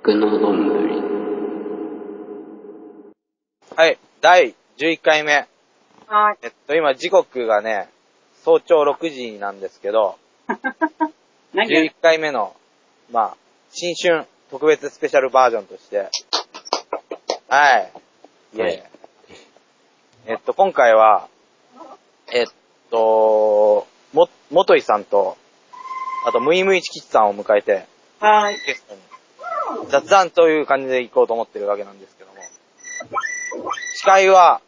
食のどんぶり。 はい、第11回目。 はい。 今時刻がね、早朝6時なんですけど、11回目の、新春特別スペシャルバージョンとして、はい。イェーイ。今回は、元井さんと、あと、ムイムイチキチさんを迎えて、 はい。 ゲストに、雑談という感じで行こうと思ってるわけなんですけども、司会は、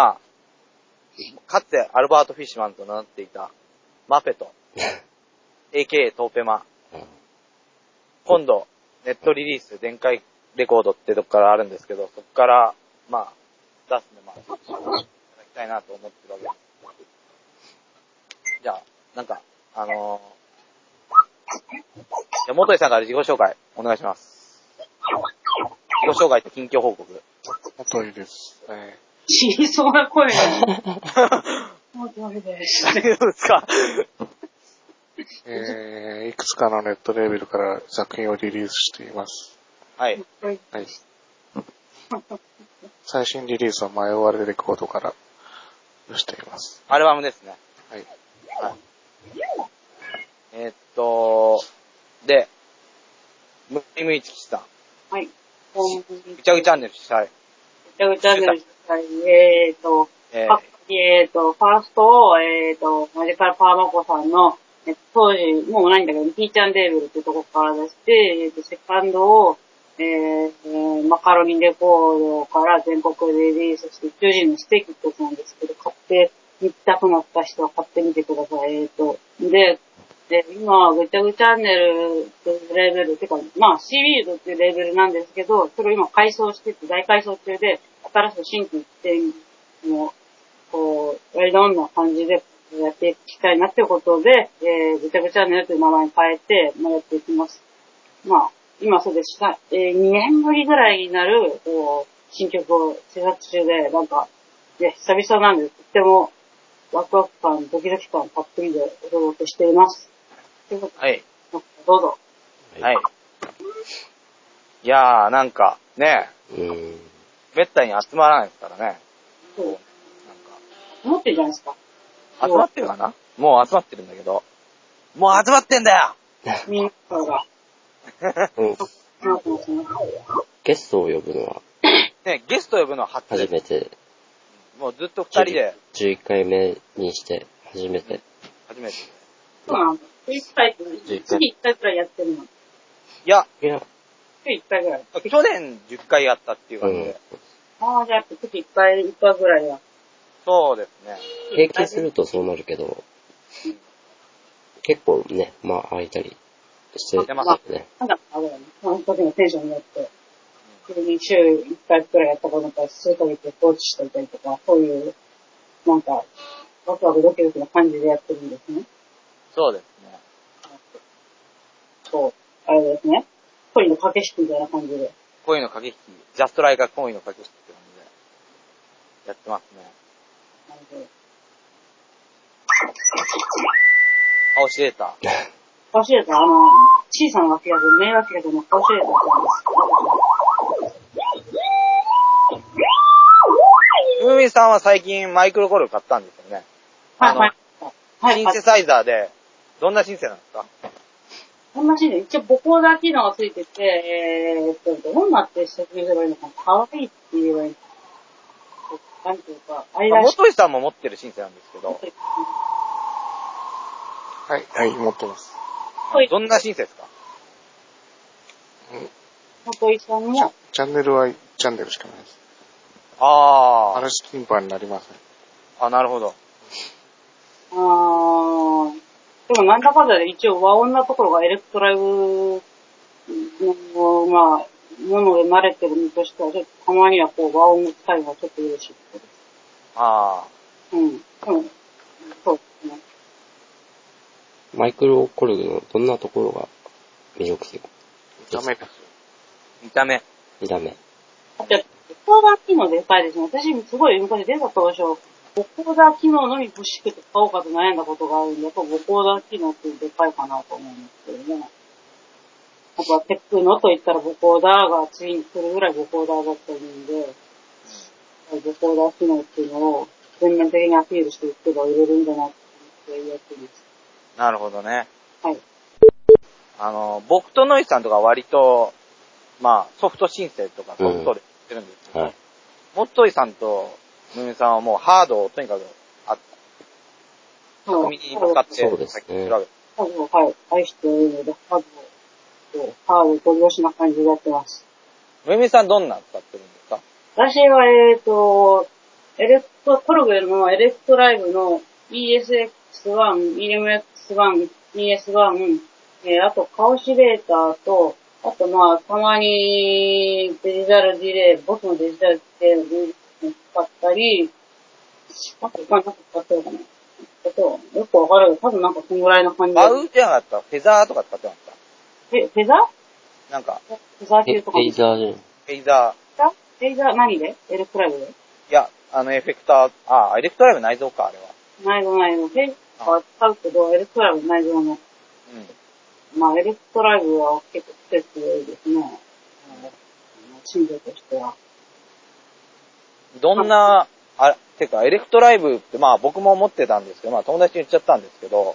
かつてアルバート・フィッシュマンと名乗っていた、マペと、AKA トーペマ。今度、ネットリリース、電解レコードってとこからあるんですけど、そこから、出すんで、いただきたいなと思ってるわけです。じゃあ、じゃあ、元井さんから自己紹介、お願いします。自己紹介と近況報告。 元井です。 死にそうな声が。もうダメです。 大丈夫ですか？ いくつかのネットレーベルから作品をリリースしています。 はい。 はい。最新リリースは前終わりレコードからしています。 アルバムですね。 はい。 はい。で、ムイムイチキチさん。 はい。 ぐちゃぐちゃチャンネル主催。 ぐちゃぐちゃチャンネル主催。ファーストを、マジカルパワーマコさんの、当時、もうないんだけど、ピーちゃんレーベルってとこから出して、セカンドを、マカロニレコードから全国でリリースして、巨人のステーキってやつなんですけど、買ってみたくなった人は買ってみてください。で、今、ぐちゃぐちゃチャンネルっていうレーベル、てか、シービールドっていうレーベルなんですけど、それを今改装してて、大改装中で、新しく新規一点も、いろんな感じでやっていきたいなっていうことで、ぐちゃぐちゃチャンネルという名前に変えて、やっていきます。今そうですが、2年ぶりぐらいになる、新曲を制作中で、久々なんで、とってもワクワク感、ドキドキ感たっぷりでお届けしています。 はい。 どうぞ。 はい。いやー、ね、めったに集まらないですからね。 そう。思ってるじゃないですか。 集まってるかな？もう集まってるんだけど。もう集まってんだよ！ みんなが。 ゲストを呼ぶのはね、ゲスト呼ぶのは初めて。 もうずっと二人で。 11回目にして初めて。 そうなの。次1回くらいやってるの。 いや。 次1回ぐらい。 去年10回やったっていう感じで。 じゃあ次1回ぐらいや。 そうですね。 平均するとそうなるけど、結構ね、空いたりしてますね。 その時のテンションによって、週1回くらいやったことから数ヶ月で放置していたりとか、そういう、ワクワクドキドキな感じでやってるんですね。 そうですね。 そう、あれですね。恋の駆け引きみたいな感じで。 恋の駆け引き、ジャストライカー恋の駆け引きって感じで、やってますね。顔シレーター。 顔シレーター、小さな脇役、名脇役の顔シレーターなんです。 ムーミンさんは最近マイクロコル買ったんですよね。シンセサイザーで、どんなシンセなんですか？ こんなシンセ、一応ボコーダー機能がついてて、どんなって説明すればいいのかな？可愛いって言えばいいのかな？なんていうか、 元井さんも持ってるシンセなんですけど。 はい、持ってます。 どんなシンセですか？ 元井さんもチャンネルは1チャンネルしかないです。嵐キンパになりません。 なるほど。 でもなんだかんだで一応和音なところがエレクトライブの、もので慣れてる身としては、ちょっとたまには和音の使いがちょっと嬉しいです。そうですね。 マイクロコルグのどんなところが魅力的？ 見た目ですよ。 見た目。 ボコーダー機能でかいですね。私すごい昔出た当初、ボコーダー機能のみ欲しくて買おうかと悩んだことがあるんで、やっぱボコーダー機能ってでかいかなと思うんですけどね。 なんかテックのと言ったらボコーダーが次に来るぐらいボコーダーだと思うんで、ボコーダー機能っていうのを全面的にアピールしていく人が入れるんだなってやってます。 なるほどね。 はい。 僕とノイさんとか割と、まあ、ソフト申請とかソフトでやってるんですけど、はい、もっといさんとムミさんはもうハードをとにかく巧みに使って、 そうですね。 ハードを、はい、愛しているので、ハードご利用しな感じでやってます。 ムミさんどんなの使ってるんですか？ 私は、プログレムのエレクトライブの ESX1、EMX1、ES1、あとカオシレーターと、あとまあ、たまにデジタルディレイ、ボスのデジタルディレイを使ったり、あとなんか使ってるかな。よくわかるけど、多分なんかそのぐらいの感じで。 バウじゃなかったフェザーとか使ってました？ フェザーなんか。 フェザー系とか。 フェザーじゃん。 フェザー。 フェザー何でエレクトライブで？ いや、エフェクター、エレクトライブ内蔵か、あれは。 内蔵。フェザーは使うけど、エレクトライブ内蔵の。まあ、エレクトライブは結構スペックですね。信条としては。 どんな、てか、エレクトライブって、まあ僕も思ってたんですけど、まあ友達に言っちゃったんですけど、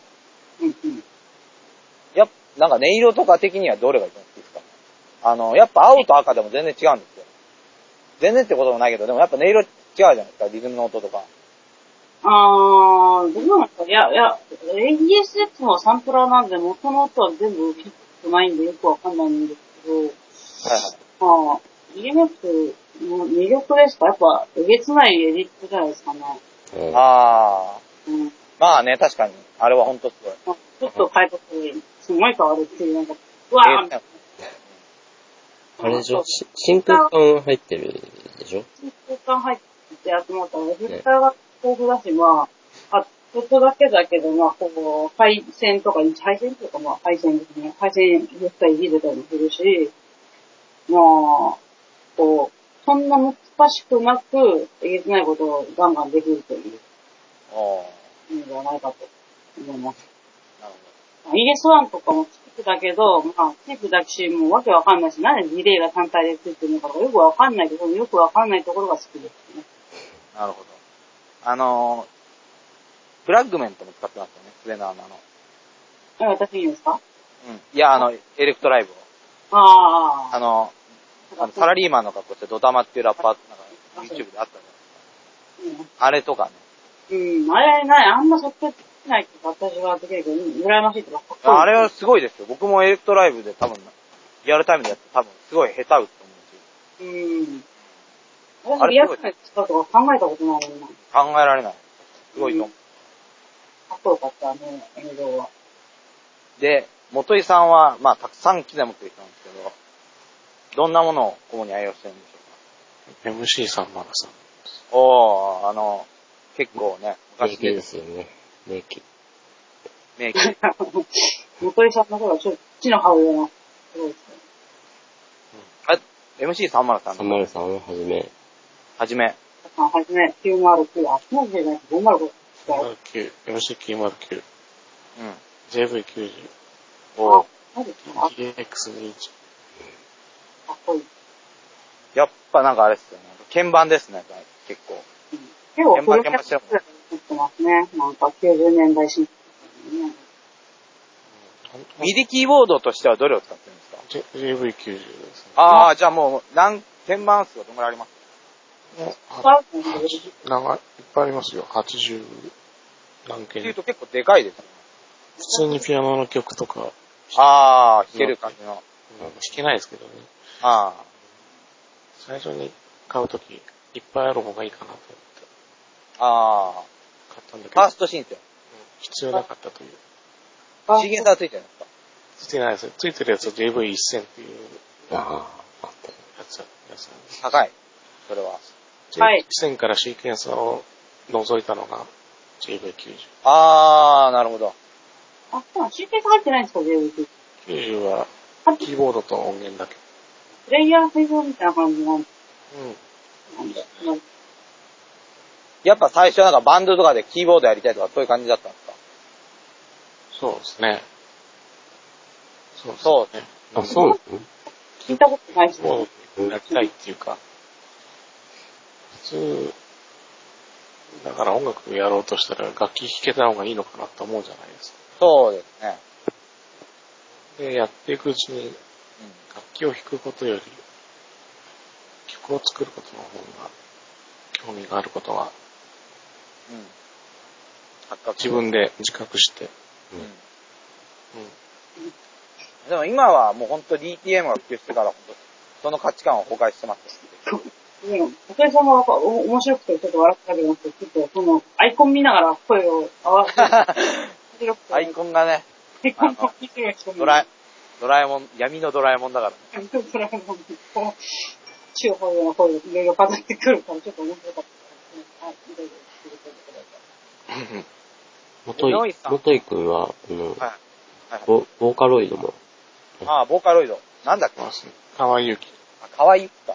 なんか音色とか的にはどれが一番好きですか？やっぱ青と赤でも全然違うんですよ。全然ってこともないけど、でもやっぱ音色違うじゃないですか、リズムの音とか。 どうなんですか？いや、AESX のサンプラーなんで元の音は全部ヒットないんでよくわかんないんですけど、はいはい。EMX の魅力ですか？やっぱ、えげつないエディットじゃないですかね。 まあね、確かに。あれはほんとすごい。 ちょっと変えたときに、すごい変わるっていう、なんか、うわぁ、 あれでしょ？真空管入ってるでしょ？ 真空管入って集まったら、エフェクターが豊富だし、まあ、ちょっとだけだけど、まあ、こう、配線とか、配線とか、まあ、配線ですね。配線絶対いじれたりもするし、まあ、こう、そんな難しくなく、えげつないことをガンガンできるという、意味ではないかと思います。なるほど。ES1 とかもチープだけど、まあ、チープだし、もうわけわかんないし、なんでディレイが単体でついてるのかよくわかんないけど、よくわかんないところが好きですね。 なるほど。フラッグメントも使ってますよね、スレナーの私いいんですか？ いや、エレクトライブを。サラリーマンの格好してドタマっていうラッパー、なんか YouTube であったじゃないですか。あれとかね。 あれない、あんま即興できないとか私はできるけど、羨ましいとかかっこいい。 あれはすごいですよ。僕もエレクトライブで多分、リアルタイムでやって多分すごい下手打つと思うし。 私リアルタイムで使うとか考えたことないもんな。 考えられない。すごいと思う。 かっこよかったね、映像は。 で、元井さんは、まあ、たくさん機材持ってる人なんですけど、どんなものを主に愛用してるんでしょうか？ MC303。 結構ね、 昔ですよね。名機。 元井さんの方がちょっと地の這うような、すごいですね。 MC303。 303をはじめ。 はじめ、909、9じゃない、505。 MC909。JV90。GX21。 かっこいい。 やっぱなんかあれですよね。鍵盤ですね、結構。 結構古くしてますね。なんか90年代進出ね。 ミディキーボードとしてはどれを使ってるんですか？ JV90 ですね。 じゃあもう、鍵盤数はどのぐらいありますか？いっぱいありますよ。80何件。 っていうと結構でかいですよね。 普通にピアノの曲とか。 弾ける感じの。 弾けないですけどね。最初に買うとき、いっぱいある方がいいかなと思って。買ったんだけど。 ファーストシンセ。 必要なかったという。 シーケンサーついてるんですか？ ついてないですよ。ついてるやつは JV1000 っていう。 あったやつ高い。それは。 1000からシーケンサーを除いたのが JV90。 なるほど。 シーケンサー入ってないんですか、JV90。 90は、キーボードと音源だけ。 プレイヤー専用みたいな感じなんで。 やっぱ最初なんかバンドとかでキーボードやりたいとかそういう感じだったんですか？ そうですね。 そうですね。 あ、そうなの？ 聞いたことないし。 もう、やりたいっていうか、普通、だから音楽やろうとしたら楽器弾けた方がいいのかなと思うじゃないですか。 そうですね。 で、やっていくうちに、楽器を弾くことより、曲を作ることの方が、興味があることは、自分で自覚して、 でも今はもうほんと DTM が普及してからその価値観を崩壊してます。 お客さんが面白くてちょっと笑ったけど、ちょっとそのアイコン見ながら声を合わせて。 アイコンがね、ドラえもん、闇のドラえもんだから。 ドラえもん、中方の方でいろいろ飾ってくるからちょっと面白かったですね。 元井くんは、ボーカロイドも。 ああ、ボーカロイド。なんだっけ？ 河合ゆき。 河合ゆきか。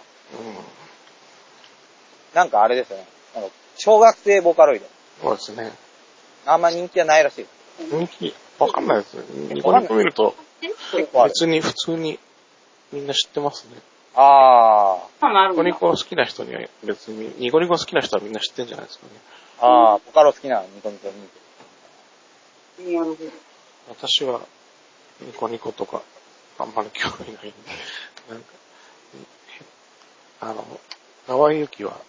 なんかあれですよね。小学生ボーカロイド。 そうですね。 あんま人気はないらしい。 人気、わかんないですよ。ニコニコ見ると、別に普通にみんな知ってますね。 ああ。 ニコニコ好きな人には別に、ニコニコ好きな人はみんな知ってるんじゃないですかね。 ああ、ボカロ好きなの、ニコニコ見て。 私は、ニコニコとか、あんまり興味ないんで、なんか、河合ゆきは、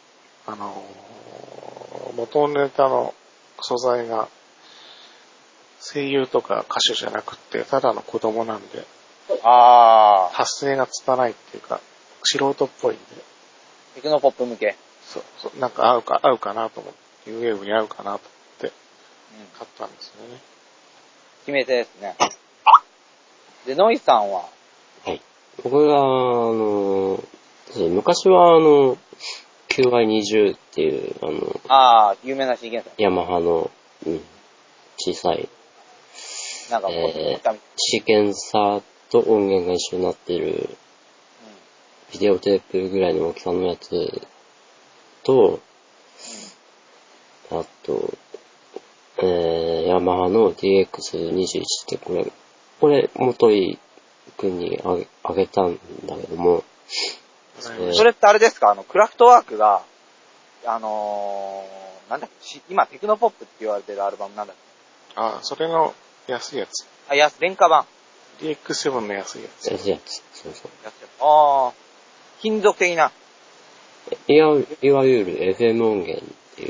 元ネタの素材が、声優とか歌手じゃなくて、ただの子供なんで、発声がつかないっていうか、素人っぽいんで。 テクノポップ向け。 そう、なんか合うかなと思って、ウェーブに合うかなと思って、買ったんですよね。 決め手ですね。で、ノイさんは？ はい。僕が、昔はQI20 っていう、 有名なシーケンサー。 ヤマハの、小さい、 なんかシーケンサーと音源が一緒になっている、ビデオテープぐらいの大きさのやつと、あと、ヤマハの DX21 ってこれ、元井くんにあげたんだけども、 それってあれですか？クラフトワークが、なんだっけ、今テクノポップって言われてるアルバムなんだっけ？ それの安いやつ。 廉価版。 DX7 の安いやつ。 安いやつ。そうそう。 金属的な。 いわゆる FM 音源っていう。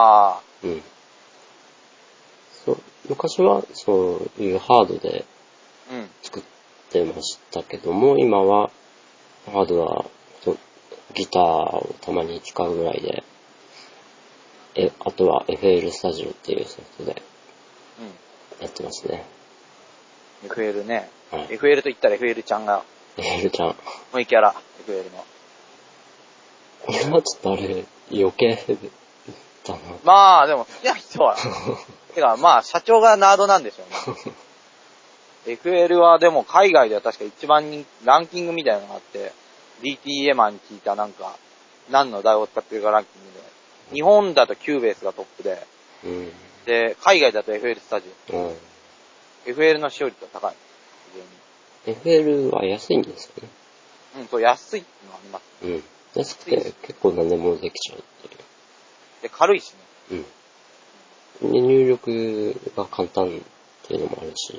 そう。昔はそういうハードで作ってましたけども、今はハードはギターをたまに使うぐらいで、あとは FL スタジオっていうソフトでやってますね。 FL ね。FL と言ったら FL ちゃんが。 FL ちゃん。もういキャラ、FL の。 今ちょっとあれ、余計だな。 まあ、でも好きな人は。てか、まあ、社長がナードなんでしょうね。FL はでも海外では確か一番ランキングみたいなのがあって、DTM に聞いたなんか、何の台を使ってるかランキングで。日本だとキューベースがトップで、で、海外だと FL スタジオ。FL の使用率は高い。 FL は安いんですよね。 そう、安いっていうのがあります。 安くて結構何でもできちゃうっていう。 で、軽いしね。 で、入力が簡単っていうのもあるし。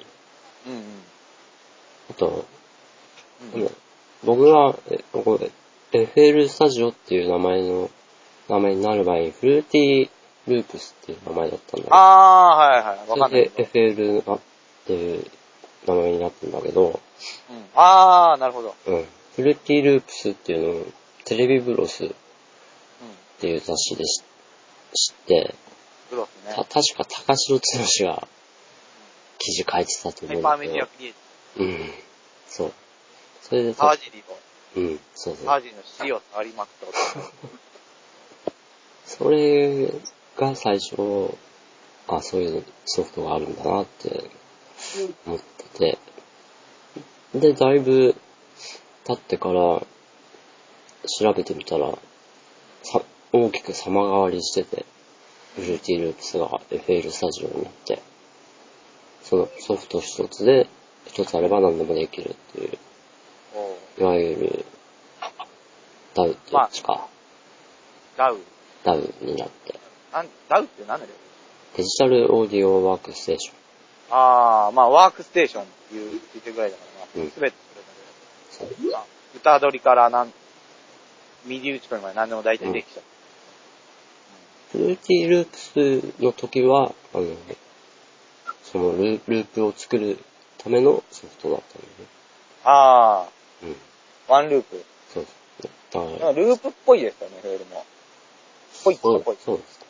あと、僕は、FL スタジオっていう名前になる前に、フルーティーループスっていう名前だったんだけど。 はいはい。わかんない。 それで FL っていう名前になったんだけど。 なるほど。 フルーティーループスっていうのをテレビブロスっていう雑誌で知って、 ブロスね。 確か高城剛が記事書いてたと思うんだけど。 ペーパーメディアクリエイト。そう。それでサージリの。そうそう。 サージの資料ありまくったこと。 それが最初、そういうソフトがあるんだなって思ってて。で、だいぶ経ってから調べてみたら、大きく様変わりしてて、フルーティーループスが FL スタジオになって、そのソフト一つで一つあれば何でもできるっていう、いわゆる、ダウってやつか。 ダウになって。 ダウって何だよ。 デジタルオーディオワークステーション。 ワークステーションっていうついてるぐらいだからな。すべてそれだけど。歌取りからミディ打ち込みまで何でも大体できちゃう。 フルーティーループスの時は、そのループを作るためのソフトだったんでね。 ワンループ。 そうですね。 だからループっぽいですよね、フェールも。ぽいっぽい。 そうですか。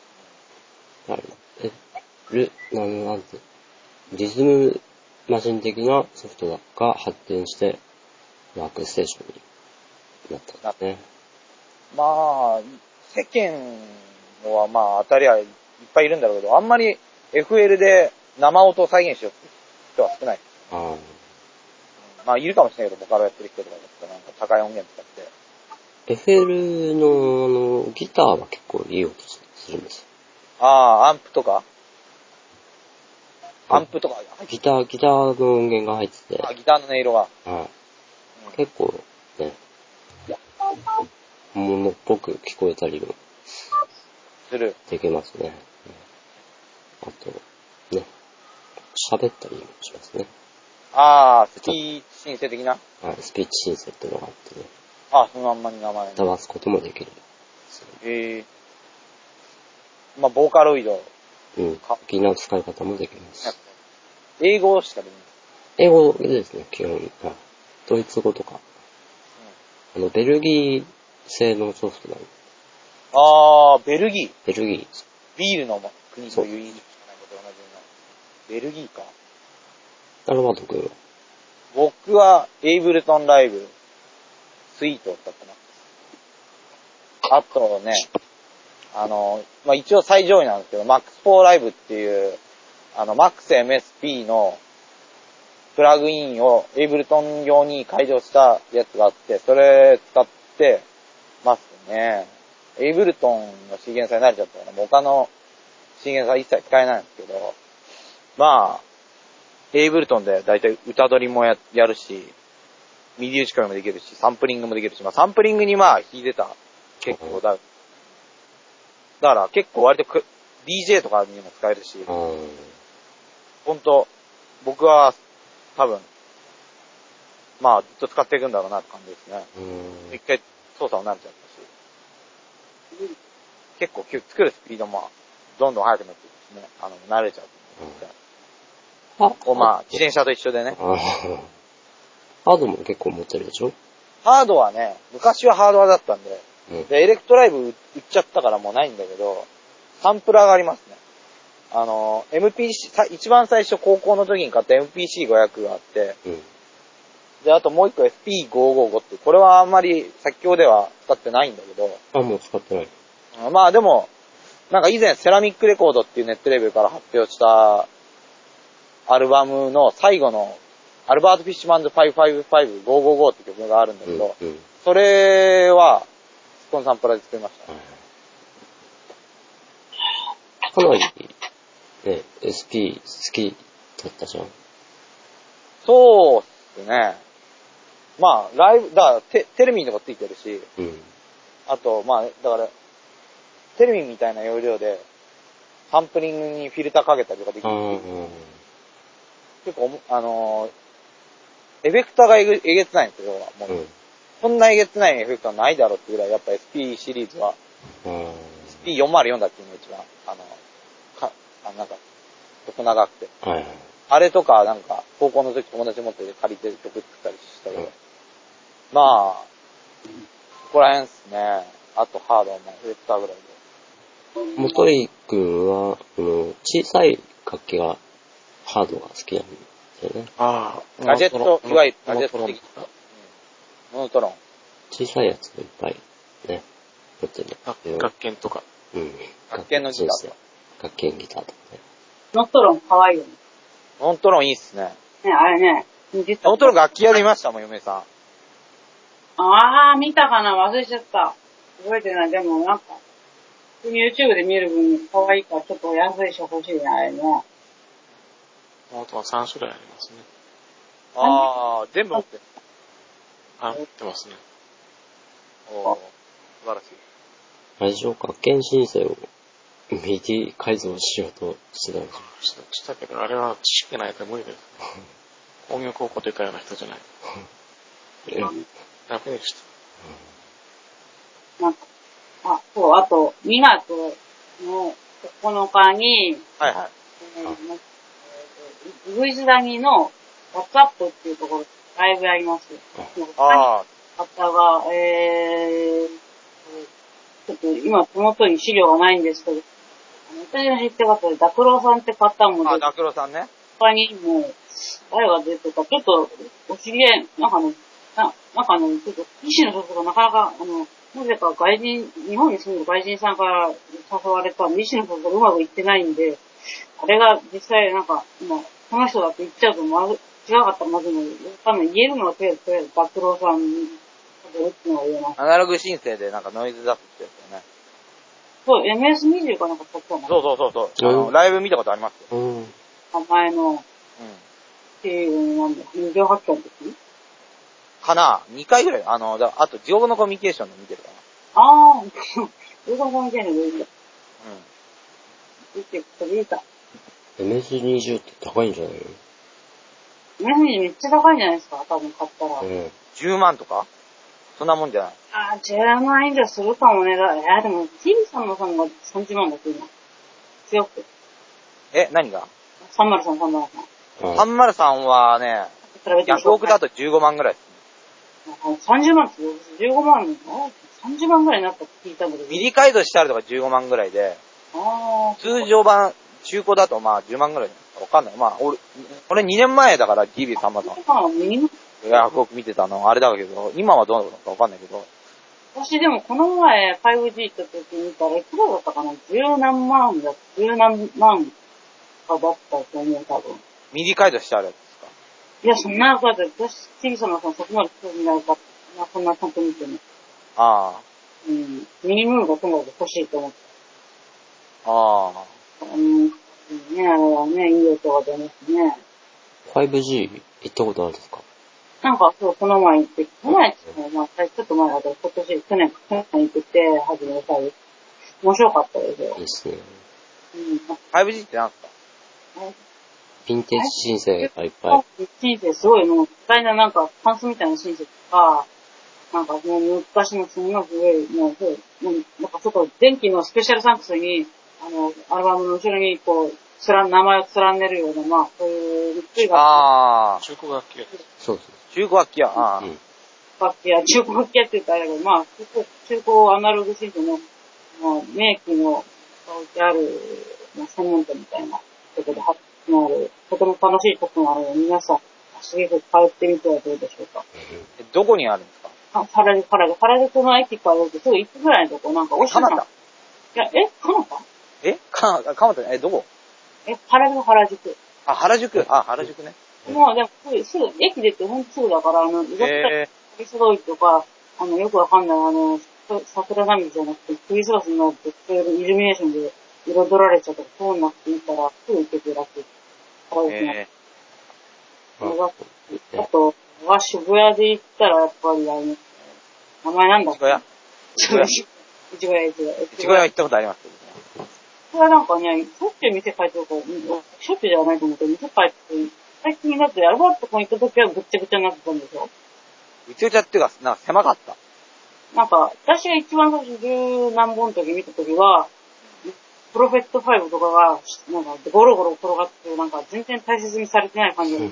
なんて、リズムマシン的なソフトが発展して、ワークステーションになったんですね。 世間は当たりはいっぱいいるんだろうけど、あんまり FL で生音を再現しようって人は少ない。いるかもしれないけど、ボカロやってる人とかだったらなんか高い音源使って。 FL のギターは結構いい音するんですよ。 アンプとかギターの音源が入ってて。 ギターの音色が。 結構ね、物っぽく聞こえたりもする。 できますね。あと、ね、喋ったりもしますね。 スピーチシンセ的な？ スピーチシンセってのがあってね。 そのあんまり名前。 歌わすこともできる。 ボーカロイド。 的な使い方もできます。 英語しかできない。 英語ですね、基本。ドイツ語とか。ベルギー製のソフトなの。 ベルギー。ビールの国という意味しかないことと同じような。ベルギーか。 アルバート君は？ 僕は、エイブルトンライブ、スイートだったな。あとね、一応最上位なんですけど、マックス4ライブっていう、マックス MSP のプラグインをエイブルトン用に改良したやつがあって、それ使ってますね。エイブルトンのシーケンサーに慣れちゃったから、他のシーケンサー一切使えないんですけど、エイブルトンでだいたい歌取りもやるし、ミディ打ち込みもできるし、サンプリングもできるし、サンプリングに弾いてた結構だから結構割とDJ とかにも使えるし、ほんと、僕は多分、ずっと使っていくんだろうなって感じですね。一回操作も慣れちゃったし、結構作るスピードもどんどん速くなっていくしね、慣れちゃう。自転車と一緒でね。 ハードも結構持ってるでしょ？ ハードはね、昔はハードだったんで、エレクトライブ売っちゃったからもうないんだけど、サンプラーがありますね。MPC、一番最初高校の時に買った MPC500 があって、で、あともう一個 SP555 って、これはあんまり先ほどでは使ってないんだけど。 もう使ってない。 でも、なんか以前セラミックレコードっていうネットレベルから発表したアルバムの最後のアルバート・フィッシュマンズ5555って曲があるんだけど、それはこのサンプラーで作りました。 かなり、ね、SP 好きだったじゃん。 そうっすね。ライブ、テレビとかついてるし、あと、だから、テレビみたいな容量で、サンプリングにフィルターかけたりとかできる。結構、エフェクターがえげつないんですよ、もう。こんなえげつないエフェクターないだろうってぐらい、やっぱ SP シリーズは、SP404 だっていうのが一番、なんか、細長くて。あれとか、なんか、高校の時友達持って借りて曲作ったりしたけど、そこら辺っすね。あとハードもエフェクターぐらいで。 元井くんは、小さい楽器が、ハードが好きなんだよね。 ガジェット、いわゆるガジェット的な。モノトロン。 小さいやつもいっぱい、ね、持ってる。 楽鍵とか。 楽器のギターとか。 楽器ギターとかね。 モノトロンかわいいよね。 モノトロンいいっすね。 ね、あれね。 モノトロン楽器屋で見ましたもん、嫁さん。見たかな忘れちゃった。覚えてない。でもなんか、YouTube で見る分に可愛いからちょっと安いし欲しいね、あれね。 あとは3種類ありますね。 あー、全部持ってる。 持ってますね。 おー、素晴らしい。 あれでしょうか、学研申請をミディ改造しようとしてたんでしょしたけど、あれは知識ないと無理です。工業高校出たような人じゃない。ダメでした。 なんか、そう、あと、2月の9日に、 はいはい。 ウグイス谷のワッツアップっていうところでライブやります。 ああ。 方が、ちょっと今手元に資料がないんですけど、私の知ってる方で、ダクロさんって方も出て、 ダクロさんね。 他にも、誰が出てた、ちょっと、お知り合い、なんかちょっと、医師の人とかなかなか、なぜか日本に住んでる外人さんから誘われた医師の人がうまくいってないんで、あれが実際なんか、この人だって言っちゃうと違かったらまずいので、多分言えるのはとりあえず、ダクロさんに、 アナログ申請でなんかノイズ出すってやつよね。 そう、MS20 かなんか撮ったの。 そう。ライブ見たことありますよ。 前の、っていうのなんだ、無料発見の時かな ?2 回ぐらい。あと、地獄のコミュニケーションで見てるかな。 地獄のコミュニケーションで見てる。見てた。 MS20 って高いんじゃないの？ MS20 めっちゃ高いんじゃないですか多分買ったら。 10万とかそんなもんじゃない？ 10万以上するかもね。でも、TV さんのさんが30万だって今。強く。 何が ?303。 303はね、ヤフオクだと15万ぐらいですね。30万って15万、30万ぐらいになったって聞いたんだけど。 ミリ改造してあるとか15万ぐらいで、通常版、中古だと10万ぐらいわかんない。俺2年前だから DB303。ヤフオク見てたの、あれだけど、今はどうなのかわかんないけど。 私でもこの前 5G って時見たらいくらだったかな ?10 何万かだったと思う、多分。 ミリ改造してあるやつですか？ いや、そんなことで、私、小さなさんそこまで興味ないから、そんなちゃんと見てね。ミニムーンがとにかく欲しいと思って。ね、あれはね、いい音が出ますね。 5G 行ったことあるんですか？ なんか、そう、この前行って、ちょっと前だけど、去年行ってて、初めてたり。面白かったですよ。 ですね。 5G って何すか？ ヴィンテージ申請がいっぱい。 申請すごい、もう、大ななんか、タンスみたいな申請とか、なんかもう昔のすんごい古い、なんかちょっと電気のスペシャルサンクスに、アルバムの後ろにこう、名前を連ねるような、そういう、 中古楽器屋。 そうです。 中古楽器屋。 中古楽器屋って言ったらあれだけど、中古アナログシートの、名機の置いてある、専門店みたいなところで発のある、とても楽しいところがあるので、皆さん、足げく通ってみてはどうでしょうか。 どこにあるんですか？ 原宿の駅から出てすぐ1分ぐらいのとこ、なんかおしゃれな。いや、 蒲田どこ？ 原宿。 原宿ね。 もう、でも、すぐ、駅出てほんとすぐだから、クリスロイとか、よくわかんない、桜並木じゃなくて、クリスマスになって、そういうイルミネーションで彩られちゃったら、そうなっていったら、すぐ行けてるらしい。あと、渋谷で行ったら、やっぱり、名前なんだっけ？いちご屋行ったことありますけどね。 これはなんかね、しょっちゅう店帰ってるから、しょっちゅうではないと思うけど、店帰って、最近だってアルバートコに行った時はぐっちゃぐちゃになってたんですよ。 ぐちゃぐちゃっていうか、なんか狭かった。 なんか、私が一番最初10何本の時見た時は、プロフェット5とかが、なんか、ゴロゴロ転がって、なんか、全然大切にされてない感じだった。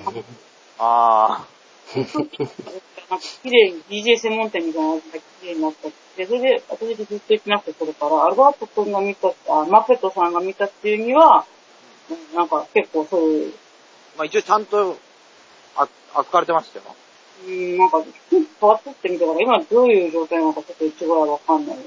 綺麗に DJ 専門店みたいなのが綺麗になったって、それで、私ずっと行ってなくて、それから、アルバート君が見た、マペットさんが見たっていうには、なんか結構そういう。 一応ちゃんと、扱われてましたよ。 なんか、変わってってみたから、今どういう状態なのかちょっと一ぐらいわかんない。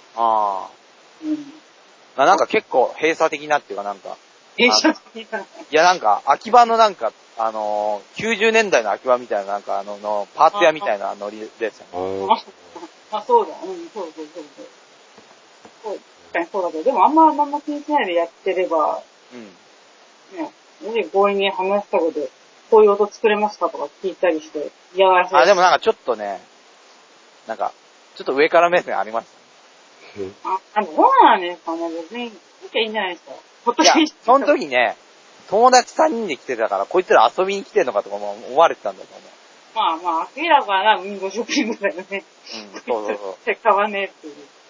なんか結構閉鎖的なっていうかなんか。 閉鎖的な。 いやなんか、秋葉のなんか、90年代の秋葉みたいななんかパーツ屋みたいなノリですよね。 そうだ。そう。そうだけど、でもあんま気にしないでやってれば、ね、強引に話したことで、 こういう音作れますかとか聞いたりして、嫌がらせ。 でもなんかちょっとね、なんか、ちょっと上から目線あります。 どうなんですかね、別に、見ていいんじゃないですか。 いや、その時ね、友達3人で来てたから、こいつら遊びに来てんのかとかも思われてたんだと思う。 明らかなウィンドウショッピングだよね。 そう。 買わねえっていう。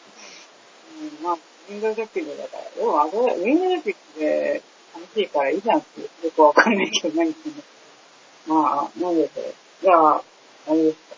ウィンドウショッピングだから。でも、ウィンドウショッピングで楽しいからいいじゃんってよくわかんないけど、何してんの。なんでしょう。じゃあ、あれですか。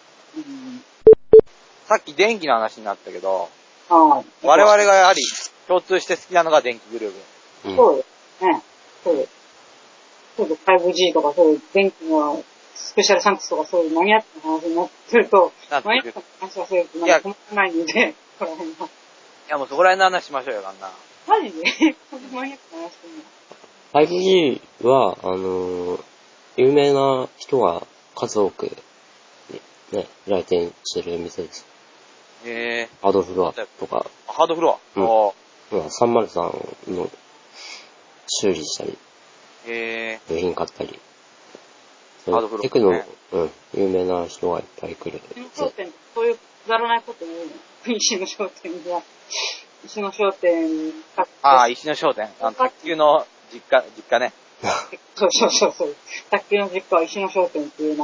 さっき電気の話になったけど、我々がやはり共通して好きなのが電気グルーヴ。そうですね。そうです。5G とかそういう電気のスペシャルサンクスとかそういうマニアックな話になってると、マニアックな話はそういうとなんか止まらないんで、こら辺は。 いやもうそこら辺の話しましょうよ、あんな。 マジでこんなマニアックな話してんの 5G は、有名な人が数多く、ね、来店してる店です。ハードフロアとか。 ハードフロア 303の修理したり、部品買ったり。 ハードフロア、 テクノ、有名な人がいっぱい来る。 そういうくだらないこと言うの。石野商店では。石野商店。 石野商店。卓球の実家ね。 そう。卓球の実家は石野商店っていう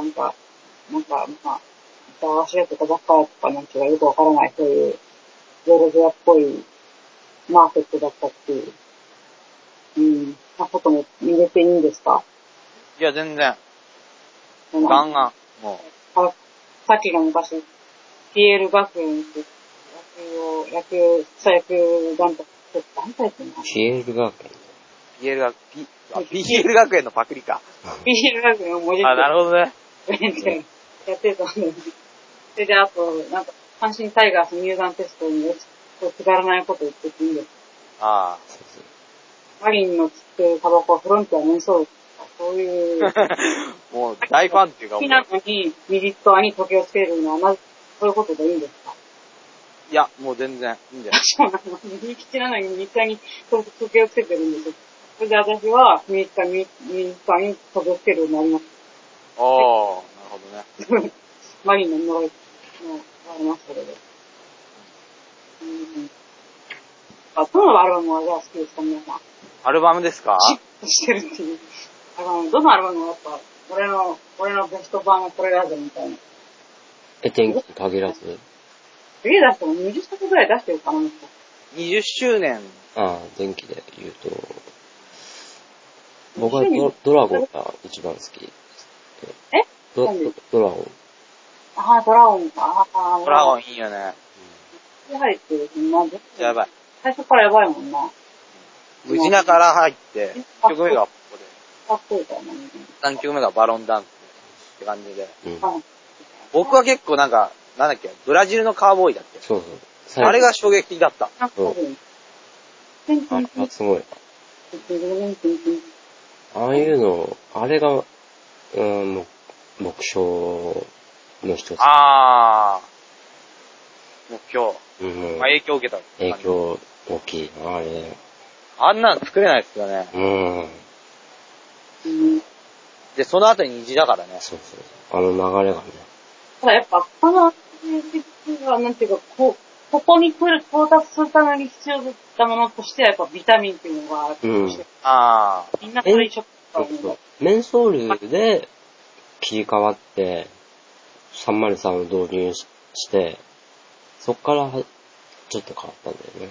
足屋とかばっかとかなんかよくわからない、そういう、ヨーロピアっぽいマーケットだったっていう、ことも入れていいんですか？ いや、全然。ガンガン、もう。さっきが昔、PL 学園って草野球団体っていうの？ PL 学園 PL 学園のパクリか。 PL 学園を文字なるほどね。 やってたんで。それで、あと、なんか、阪神タイガース入団テストにくだらないこと言ってていいんですか？マリンの吸ってるタバコはフロンティア燃焼とか、そういう。 もう大ファンっていうか。 好きなのに、ミリットアに時計をつけるのは、まず、そういうことでいいんですか？ いや、もう全然いいんじゃない？ そうなの。ミリットなのにミリットアに時計をつけてるんですよ。それで私は、ミリットアに時計をつけるようになりました。 なるほどね。 マリンの呪いのありましたけど。どのアルバムが好きですか、皆さん。 アルバムですか？ してるっていう。どのアルバムがやっぱ、俺のベスト版はこれだぜ、みたいな。 電気に限らず。 次出しても20作ぐらい出してるかな、 20周年。 電気で言うと、僕はドラゴンが一番好きです。ドラゴン。 ドラゴンか。 ドラゴンいいよね。 やはりっていう、 やばい。 最初からやばいもんな。 無事なから入って、1曲目がここで。 かっこいいからね。 3曲目がバロンダンスって感じで。僕は結構なんだっけ、ブラジルのカーボーイだっけ？ そう。 あれが衝撃的だった。 すごい。ああいうの、あれが、目標の一つ。 目標。影響を受けた。 影響大きいな、あれ。 あんなの作れないですよね。で、その後に虹だからね。 そう。あの流れがね。 ただやっぱ、この、なんていうか、ここに到達するために必要だったものとしては、やっぱビタミンっていうのが、みんなそれ一緒だったもんね。 メンソールで切り替わって、303を導入して、そっからちょっと変わったんだよね。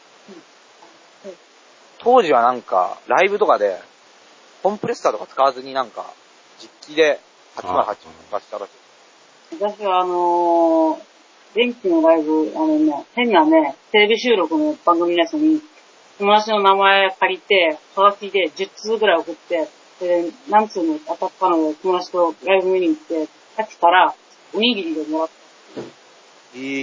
当時はライブとかで、コンプレッサーとか使わずに実機で808とかしたらしい。 私は電気のライブ、変なね、テレビ収録の番組のやつに、友達の名前借りて、はがきで10通ぐらい送って、で、何通も当たったので、友達とライブ見に行って、さっきからおにぎりでもらった。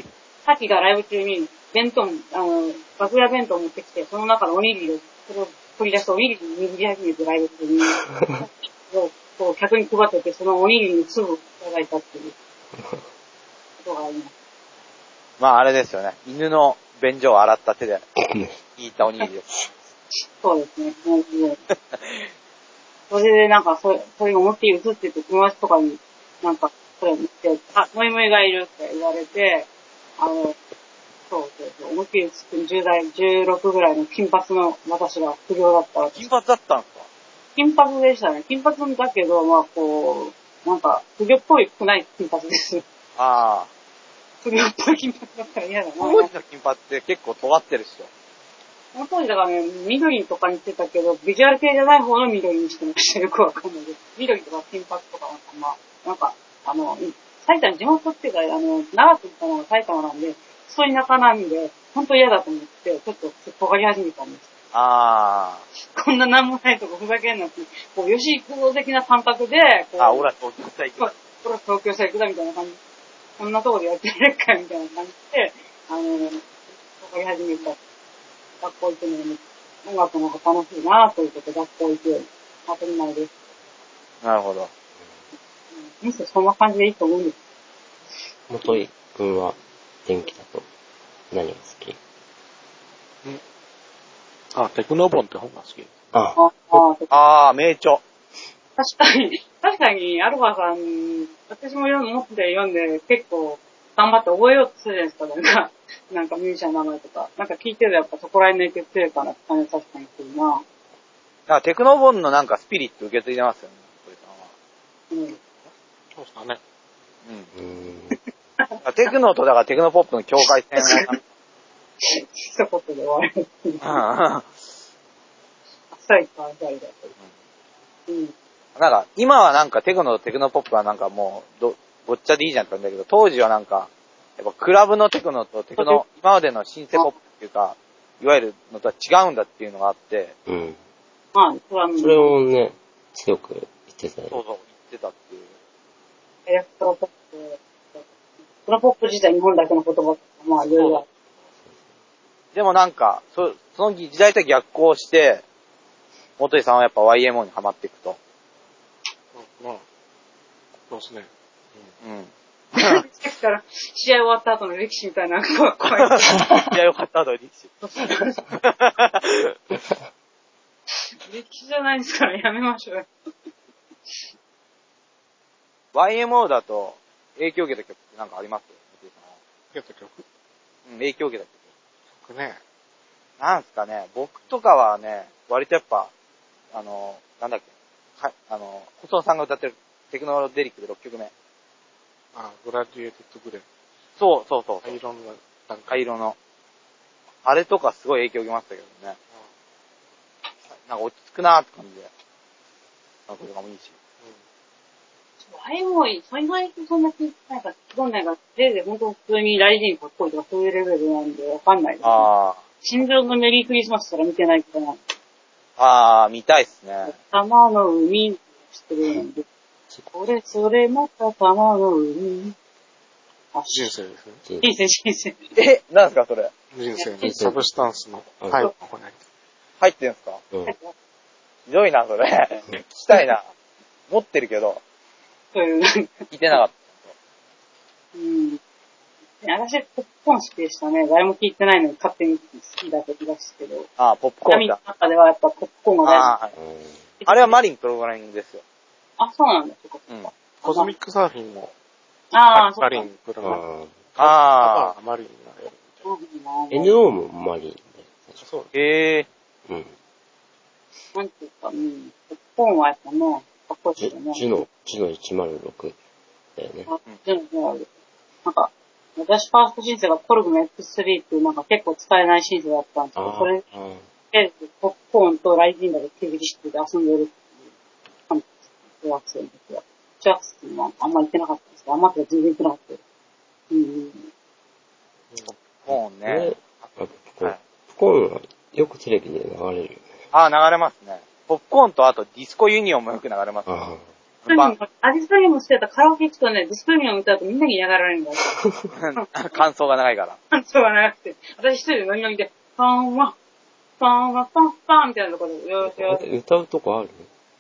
さっきがライブ中に、楽屋弁当持ってきて、その中のおにぎりを、それを取り出しておにぎりに握り始めてライブ中に、こう客に配ってて、そのおにぎりにすぐいただいたっていうことがあります。 あれですよね。犬の便所を洗った手で、引いたおにぎりです。 そうですね。 それでなんか、それが思いっきり映ってて、友達とかに、なんか、それを見て、あ、もいもいがいるって言われて、思いっきり映って10代、16ぐらいの金髪の私が不良だったわけ。 金髪だったんですか？ 金髪でしたね。金髪だけど、まあこう、なんか、不良っぽいくない金髪です。 ああ。 不良っぽい金髪だったら嫌だな。 当時の金髪って結構尖ってるっしょ。 その当時だからね、緑とかにしてたけど、ビジュアル系じゃない方の緑にしてました。よくわかんないです。緑とか金髪とかなんか、埼玉、地元っていうか、長く行ったのが埼玉なんで、そういう田舎なんで、ほんと嫌だと思って、ちょっと尖り始めたんです。 ああ。こんななんもないとこふざけんなって、こう、吉幾的な感覚で、こう。 俺は東京さ行くだ。 俺は東京さ行くだみたいな感じ。こんなとこでやってやれっかみたいな感じで、尖り始めた。学校行くのに、音楽の方が楽しいなということで学校行く当たり前です。 なるほど。 むしろそんな感じでいいと思うんです。 元井くんは電気だと何が好き？ テクノボンって本が好きです。 名著。 確かに、アルファさん、私も持って読んで結構頑張って覚えようとするじゃないですか、なんかミュージシャンの名前とか。なんか聞いてるとやっぱそこら辺の影響強いかなって感じ確かにするな。 テクノボンのなんかスピリット受け継いでますよね、鳥さんは。 うん。そうですかね。 テクノとだからテクノポップの境界線一言で終わる。あっさりとあっさりだと。 なんか、今はなんかテクノとテクノポップはなんかもう、ごっちゃでいいじゃんって感じだけど、当時はなんか、やっぱクラブのテクノとテクノ、今までのシンセポップっていうか、いわゆるのとは違うんだっていうのがあって、 それをね、強く言ってたよ。 そう、言ってたっていう。 エレクトロポップ、エレクトロポップ自体日本だけの言葉とか、いろいろ。 でもなんか、その時代と逆行して、元井さんはやっぱ YMO にハマっていくと。 そうですね。 さっきから試合終わった後の歴史みたいな怖い。 試合終わった後の歴史。 歴史じゃないですからやめましょうよ。 YMO だと影響を受けた曲ってなんかあります？ 受けた曲？ 影響を受けた曲ね。 なんすかね、僕とかはね、割とやっぱ、なんだっけ、細野さんが歌ってるテクノデリックで6曲目。 グラデュエイテッドグレー。 そう。灰色の。あれとかすごい影響を受けましたけどね。なんか落ち着くなーって感じで。なんかとかもいいし。 YMO、それぐらいそんな聞いてないから、どんなが、で、ほんと普通にライジンかっこいいとかそういうレベルなんでわかんないです、ね。心臓のメリークリスマスから見てないから。 見たいっすね。 玉の海してるんで。それまた玉の海。 人生ですね。 人生。 なんすかそれ。 人生のサブスタンスの入ってんすか？ひどいな、それ。聞きたいな。持ってるけど。聞いてなかった。 私、ポップコーン好きでしたね。誰も聞いてないのに勝手に好きだと気がするけど。 ポップコーンだ。 中ではやっぱポップコーンが大好き。あれはマリンプログラミングですよ。 そうなんだ。 コズミックサーフィンも。マリンプログラミング。マリンがやる。 NO もマリンで。 そう。 なんていうか、ポップコーンはやっぱね、かっこいいよね。 ジュノ106だよね。 ジュノ106。なんか、私ファーストシンセがコルグの X3 っていうなんか結構使えないシンセだったんですけど、それで、ポップコーンとライジンガーで手引きして遊んでるっていう感じです。中学生の時は。中学生はあんま行ってなかったんですけど、あんまって全然行ってなかったです。 ポップコーンね。 ポップコーンはよくテレビで流れるよね。 流れますね。ポップコーンとあとディスコユニオンもよく流れますね。 ディスコユニオンもしてたカラオケ行くとね、ディスコユニオン歌うとみんなに嫌がられるんだよ。 感想が長いから。 感想が長くて。私一人でノリノリで、パンワ、パンワ、パンパンみたいなところで、 歌うとこある？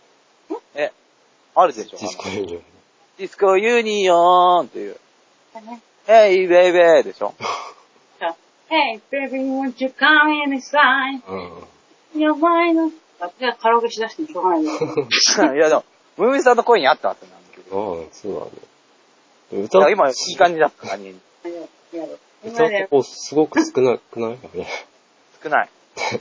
あるでしょ。 ディスコユニオン。 ディスコユニオンっていう。Hey baby でしょ。 Hey baby won't you come inside? やばいの。 私はカラオケしだしてもしょうがないですいやでも、ムーミンさんの声に合ったはずなんだけど。ああ、そうだね。 歌今、いい感じだった、何に。 歌うとこすごく少なくないあれ。 少ない。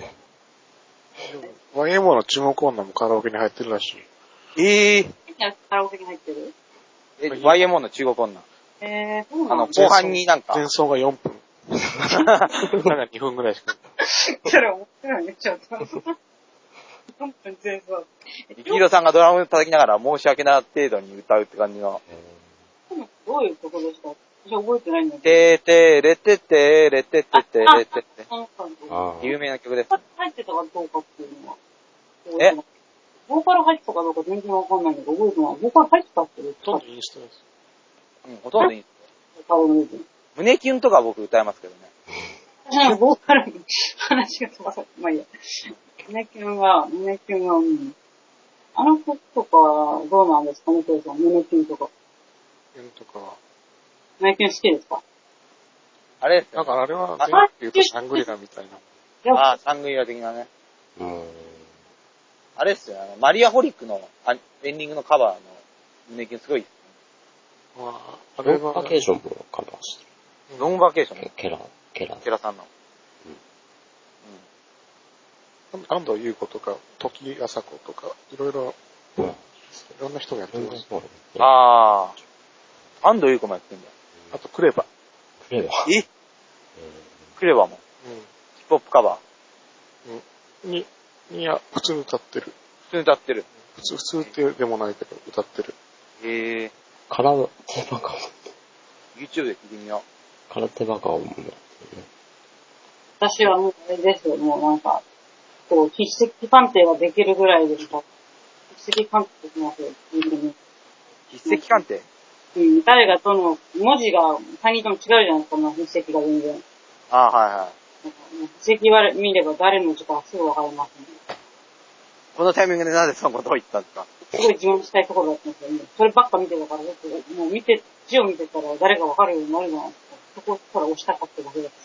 YMO の注目女もカラオケに入ってるらしい。カラオケに入ってる YMO の中国女。 そうなん後半になんか。 前奏が4分。なんか2分ぐらいしか。 それ面白いね、ちょっと。4分前奏。 ゆきひろさんがドラム叩きながら申し訳な程度に歌うって感じの。 どういう曲でした私覚えてないんだけど。 てーてーれててれてててれてて。有名な曲です。 入ってたかどうかっていうのは。ボーカル入ってたかどうか全然わかんないんだけど、覚えてない。ボーカル入ってたって言うほとんどインストです。 ほとんどインスト。胸キュンとか僕歌いますけどね。 ボーカルの話が飛ばされて、まあいいや。胸キュンは、あの曲とかどうなんですかね、トヨさん。胸キュンとか。胸キュン好きですかあれだからあれは、全部言うとシャングリラみたいな。 ああ、シャングリラ的なね。あれっすよ、マリアホリックのエンディングのカバーの胸キュンすごいっすね。あれは。ロングバケーションもカバーしてる。 ロングバケーションケラさんの。 安藤優子とか、時朝子とか、いろいろな人がやってます。 ああ。安藤優子もやってんだよ。 あと、クレバ。 クレバも。ヒップホップカバー。いや、普通に歌ってる。 普通に歌ってる。 普通ってでもないけど、歌ってる。 へえ。 空手バカも。 YouTube で聞いてみよう。空手バカもね。 私はもうあれですよ、もうなんか、こう、筆跡鑑定ができるぐらいでした。筆跡鑑定できますよ、 筆跡鑑定誰がどの、文字が3人とも違うじゃないですか、筆跡が全然。 はいはい。 筆跡は見れば誰の字かすぐわかりますね。 このタイミングでなぜそのことを言ったんですかすごい自慢したいところだったんですよね。そればっか見てたから、もう字を見てたら誰がわかるようになるじゃないですか。そこから押したかっただけです。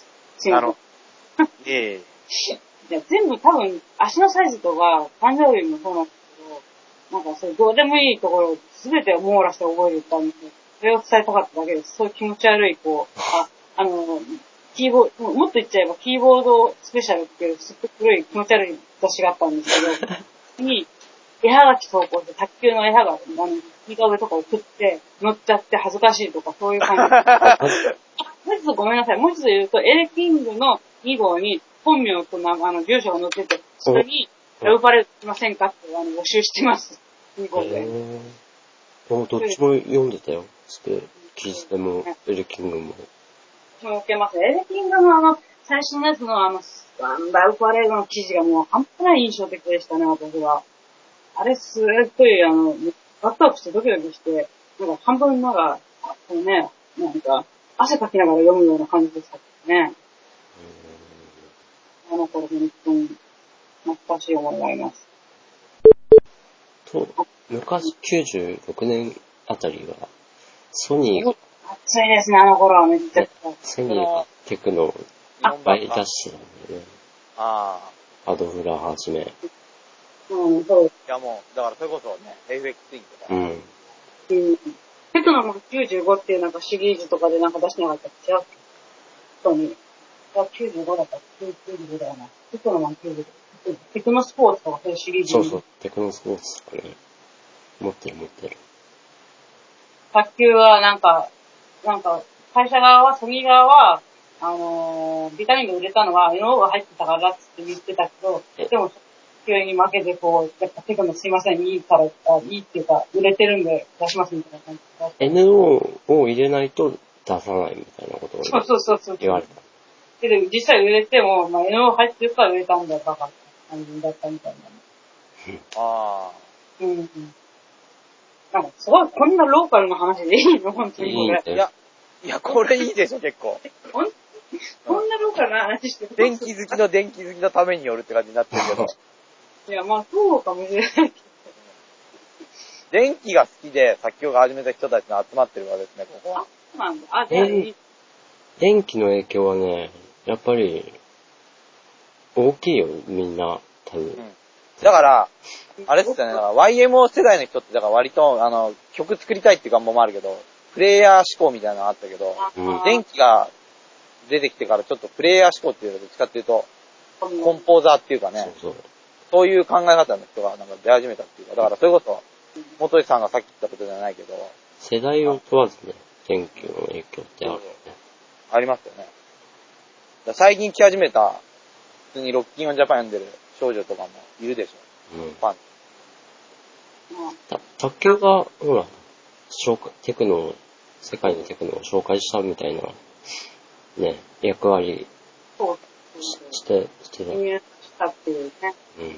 なるほど。いや全部多分、足のサイズとか、誕生日もそうなんですけど、なんかそういうどうでもいいところを全てを網羅して覚えるったんですよ。それを伝えたかっただけです。そういう気持ち悪い、キーボード、もっと言っちゃえばキーボードスペシャルっていうすっごい古い気持ち悪い雑誌があったんですけど、に、絵はがき投稿して、卓球の絵はがき、似顔絵とかを送って、乗っちゃって恥ずかしいとか、そういう感じ。もう一度ごめんなさい。もう一度言うと、エレキングの2号に、本名と住所が載ってて、それに、ラブパレードしませんかって募集してます。2号で。 どっちも読んでたよ。キースでも、エレキングも。 も受けます。エレキングの最初のやつのラブパレードの記事がもう半端ない印象的でしたね、私は。あれすっごい、ワクワクしてドキドキして、なんか半分なんか汗かきながら読むような感じでしたね。あの頃本当に懐かしい思いがあります。 昔96年あたりは、ソニーが、 暑いですね、あの頃はめっちゃ。 ソニーがテクノをいっぱい出してたんだよね。アドフラはじめ。 そう。 いやもう、だからそれこそね、FX インとか。 テクノマン95っていうなんかシリーズとかでなんか出してなかったっけ？ソニー。95だった。95だよな。テクノマン95。テクノスポーツとかそういうシリーズ。 そう、テクノスポーツとかね。持ってる。 卓球はなんか、会社側は、ソニー側は、ビタミンが売れたのは、NO が入ってたからって言ってたけど、でも、急に負けてこう、やっぱテクノすいません、いいっていうか、売れてるんで出しますみたいな感じで。NO を入れないと出さないみたいなことを言われた。 で、実際売れても、NO 入ってるから売れたんだよ、バカって感じだったみたいな。なんか、すごい、こんなローカルの話でいいの本当にこれ。 いや、これいいでしょ、結構。 こんなローカルな話してる。 電気好きのためによるって感じになってるけど。 いや、そうかもしれないけど。 電気が好きで作曲を始めた人たちの集まってるわけですね、ここは。 そうなんだ。 電気の影響はね、やっぱり、大きいよ、みんな、多分。 だから、あれっすよね、だから YMO 世代の人って、だから割と、曲作りたいっていう願望もあるけど、プレイヤー志向みたいなのがあったけど、電気が出てきてからちょっとプレイヤー志向っていうのを使っていうと、コンポーザーっていうかね、そういう考え方の人がなんか出始めたっていうか、だからそれこそ、元井さんがさっき言ったことじゃないけど、 世代を問わずね、電気の影響ってあるよね。 ありますよね。最近来始めた、普通にロッキンオンジャパン読んでる少女とかもいるでしょ。ファン。 卓球が、ほら、世界のテクノを紹介したみたいな、ね、役割してた。 したっていうね。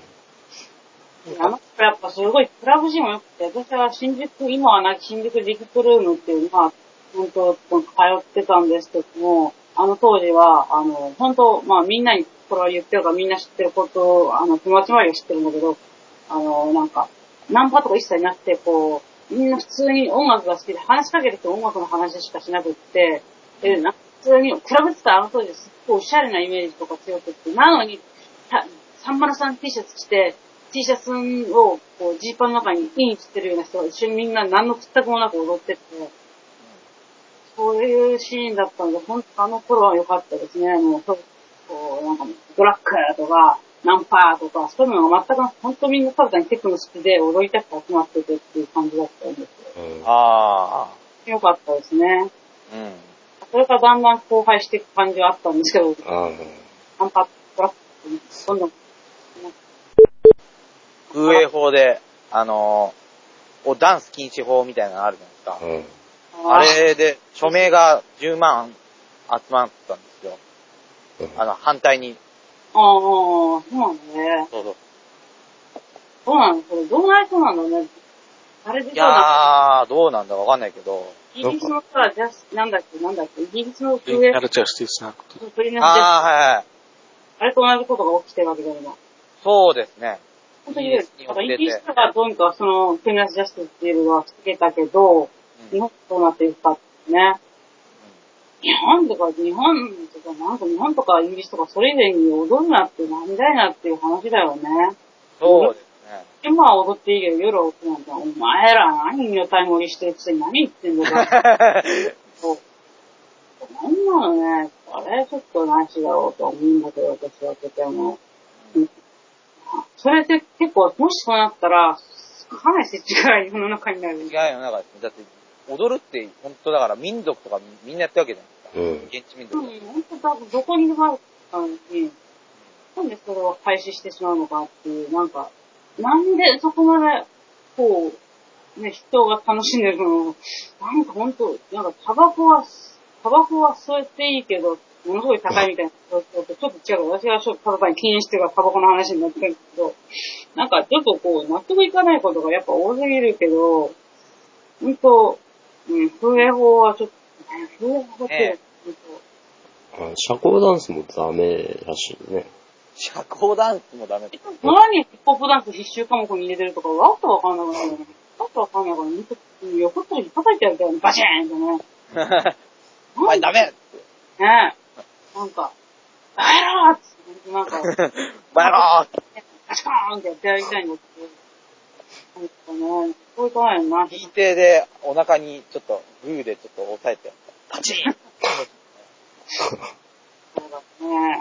やっぱすごいクラブシーンも良くて、私は今は新宿ジグクルームっていう、本当、通ってたんですけども、当時は、本当、みんなにこれは言ってるからみんな知ってることを、友達周りが知ってるんだけど、なんか、ナンパとか一切なくて、こう、みんな普通に音楽が好きで話しかける人音楽の話しかしなくって、普通に、クラブって言ったらト当時すっごいおしゃれなイメージとか強くって、なのに、303 T シャツ着て、T シャツをこうジーパンの中にインしてるような人が一緒にみんな何の屈託もなく踊ってて、そういうシーンだったので、本当頃は良かったですね。もう、なんかドラッグとか、ナンパとか、そういうのが全く、本当みんなただにテクノ好きで踊りたくて集まっててっていう感じだったんですよ。良かったですね。それからだんだん荒廃していく感じはあったんですけど、ナンパ、ドラッグ、どんどん、 風営法で、ダンス禁止法みたいなのあるじゃないですか。あれで、署名が10万集まったんですよ。反対に。 そうなんだね。そうなんだ、それ、どうなりそうなんだね。あれでしょ、 いやー、どうなんだかわかんないけど。 イギリスのさ、なんだっけ、イギリスのクリミナルジャスティスアクト。 クリミナルジャスティス。 はい。 あれと同じことが起きてるわけだよな。 そうですね。 本当に、イギリスがどうにかクリミナルジャスティスっていうのはつけたけど、日本どうなっていくかってね。日本とかイギリスとかそれ以前に踊るなってなんだいなっていう話だよね。 そうですね。 今は踊っていいけど夜は踊ってなんて、お前ら何女体盛りしてるくせに何言ってんだか。なんなのね、あれちょっとなしだろうと思うんだけど、私はとても。それで結構、もしそうなったら、かなり世知辛い世の中になる。 違う世の中ですね。だって、踊るって本当だから民族とかみんなやってるわけじゃないですか。現地民族。 本当だ、どこにでもあるのに、なんでそれを廃止してしまうのかっていう、なんでそこまで、こう、ね、人が楽しんでるのを、なんか本当、タバコは吸っていいけど、ものすごい高いみたいな状況とちょっと違う。私がただ単に禁煙してるタバコの話になってるけど、なんかちょっとこう、納得いかないことがやっぱ多すぎるけど、本当、風営法はちょっと、風営法って、 社交ダンスもダメらしいね。 社交ダンスもダメって。 何ヒップホップダンス必修科目に入れてるとか、わっとわかんなくなるよね。わっとわかんないから、横っと引っ叩いてやるからね、バシーンってね。 お前ダメって。 ねえ。なんか、バカ野郎って、なんか、 バカ野郎って。 バシコーンってやってやりたいんだけど、なんかね、そういうことないよな。 引いてで、お腹にちょっと、グーでちょっと押さえてやった。パチンそうだね。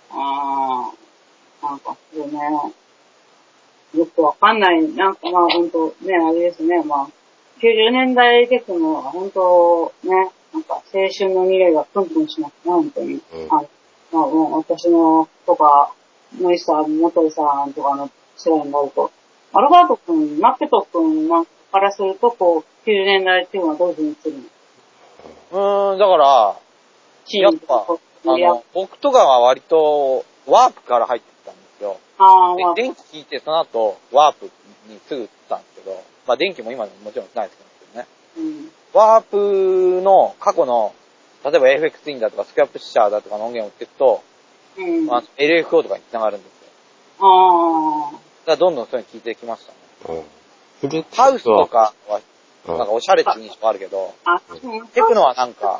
なんか、そうね。よくわかんない。なんかほんと、ね、あれですね。90年代テクノはほんと、ね、なんか青春の未来がプンプンしますね、ほんとに。もう私のとか、ノイさん、元井さんとかの世代になると、アルバート君、マッペト君なんかからすると、こう、90年代テクノはどういう風にするの？ だから、やっぱ、僕とかは割と、ワープから入ってきたんですよ。で、電気引いて、その後、ワープにすぐ行ったんですけど、電気も今もちろんないですけどね。ワープの過去の、例えば FX インだとかスクラップシャーだとかの音源を追っていくと、LFO とかに繋がるんですよ。だからどんどんそういうの聞いてきましたね。ハウスとかは、なんかおしゃれっていう印象あるけど、テクノはなんか、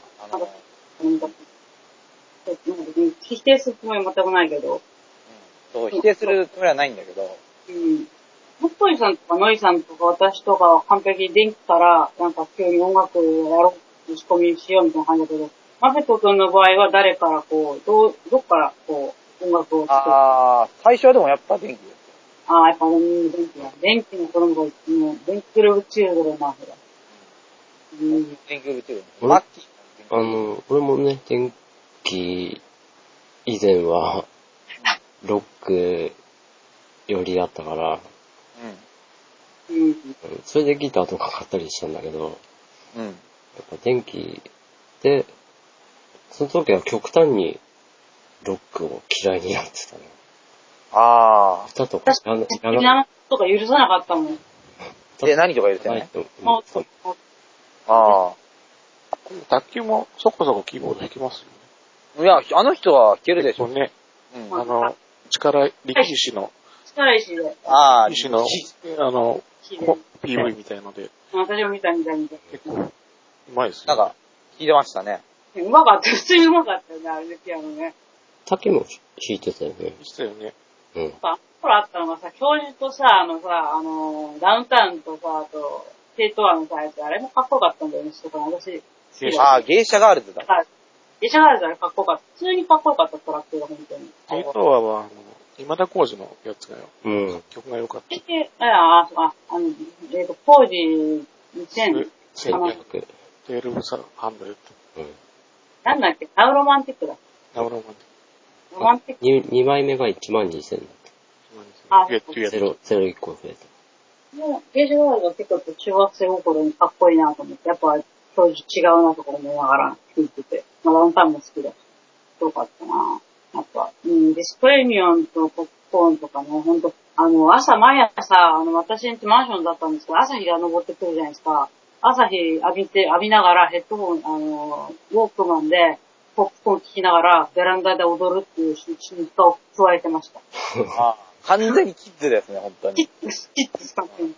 否定するつもりは全くないけど。 そう、否定するつもりはないんだけど、 うん。もっといさんとかノイさんとか私とかは完璧に電気から、なんか急に音楽をやろう、打ち込みしようみたいな感じだけど、マフェット君の場合は誰からこう、どっからこう、音楽を作る？ 最初はでもやっぱ電気です。 やっぱ電気だ。電気の子供がいて、もう、電気グループチューブルマフだ。 電気グループチューブル。マッキー。 俺もね、電気、以前は、ロックよりだったから、それでギターとか買ったりしたんだけど、やっぱ電気で、その時は極端にロックを嫌いになってたね。歌とか生とか許さなかったもん。 何とか許せない？ 卓球もそこそこキーボード弾きますよね。いや、あの人は弾けるでしょ。 ね。力石の。 力石で。 石の、PV みたいので。 私も見た。結構、うまいですよ。 なんか、弾いてましたね。 うまかった。普通にうまかったよね、あれでピアノね。 竹も弾いてたよね。 弾いてたよね。 ほらあったのがさ、教授とさ、ダウンタウンとさ、あと、テイトワのさ、あれもかっこよかったんだよね、私。 芸者ガールズだ。 芸者ガールズあれかっこよかった。普通にかっこよかったトラックが本当に。 テイトワは、今田耕司のやつがよ。曲が良かった。 工事 1500。 テールブサハンドレッド。 なんだっけ、ナウロマンティックだ。 ナウロマンティック。 ロマンティック。2枚目が12000だった。01個増えた。 もう、芸者ガールズは結構中学生心にかっこいいなと思って、やっぱ教授違うなとか思いながら聴いてて、ダウンタウンも好きだし、よかったな。やっぱ、ディスプレミオンとポップコーンとかね、ほんと、毎朝、私んちマンションだったんですけど、朝日が昇ってくるじゃないですか。朝日浴びながらヘッドホン、ウォークマンで、ポップコーン聴きながら、ベランダで踊るっていう習慣を加えてました。 完全にキッズですね、本当に。 キッズ完全に。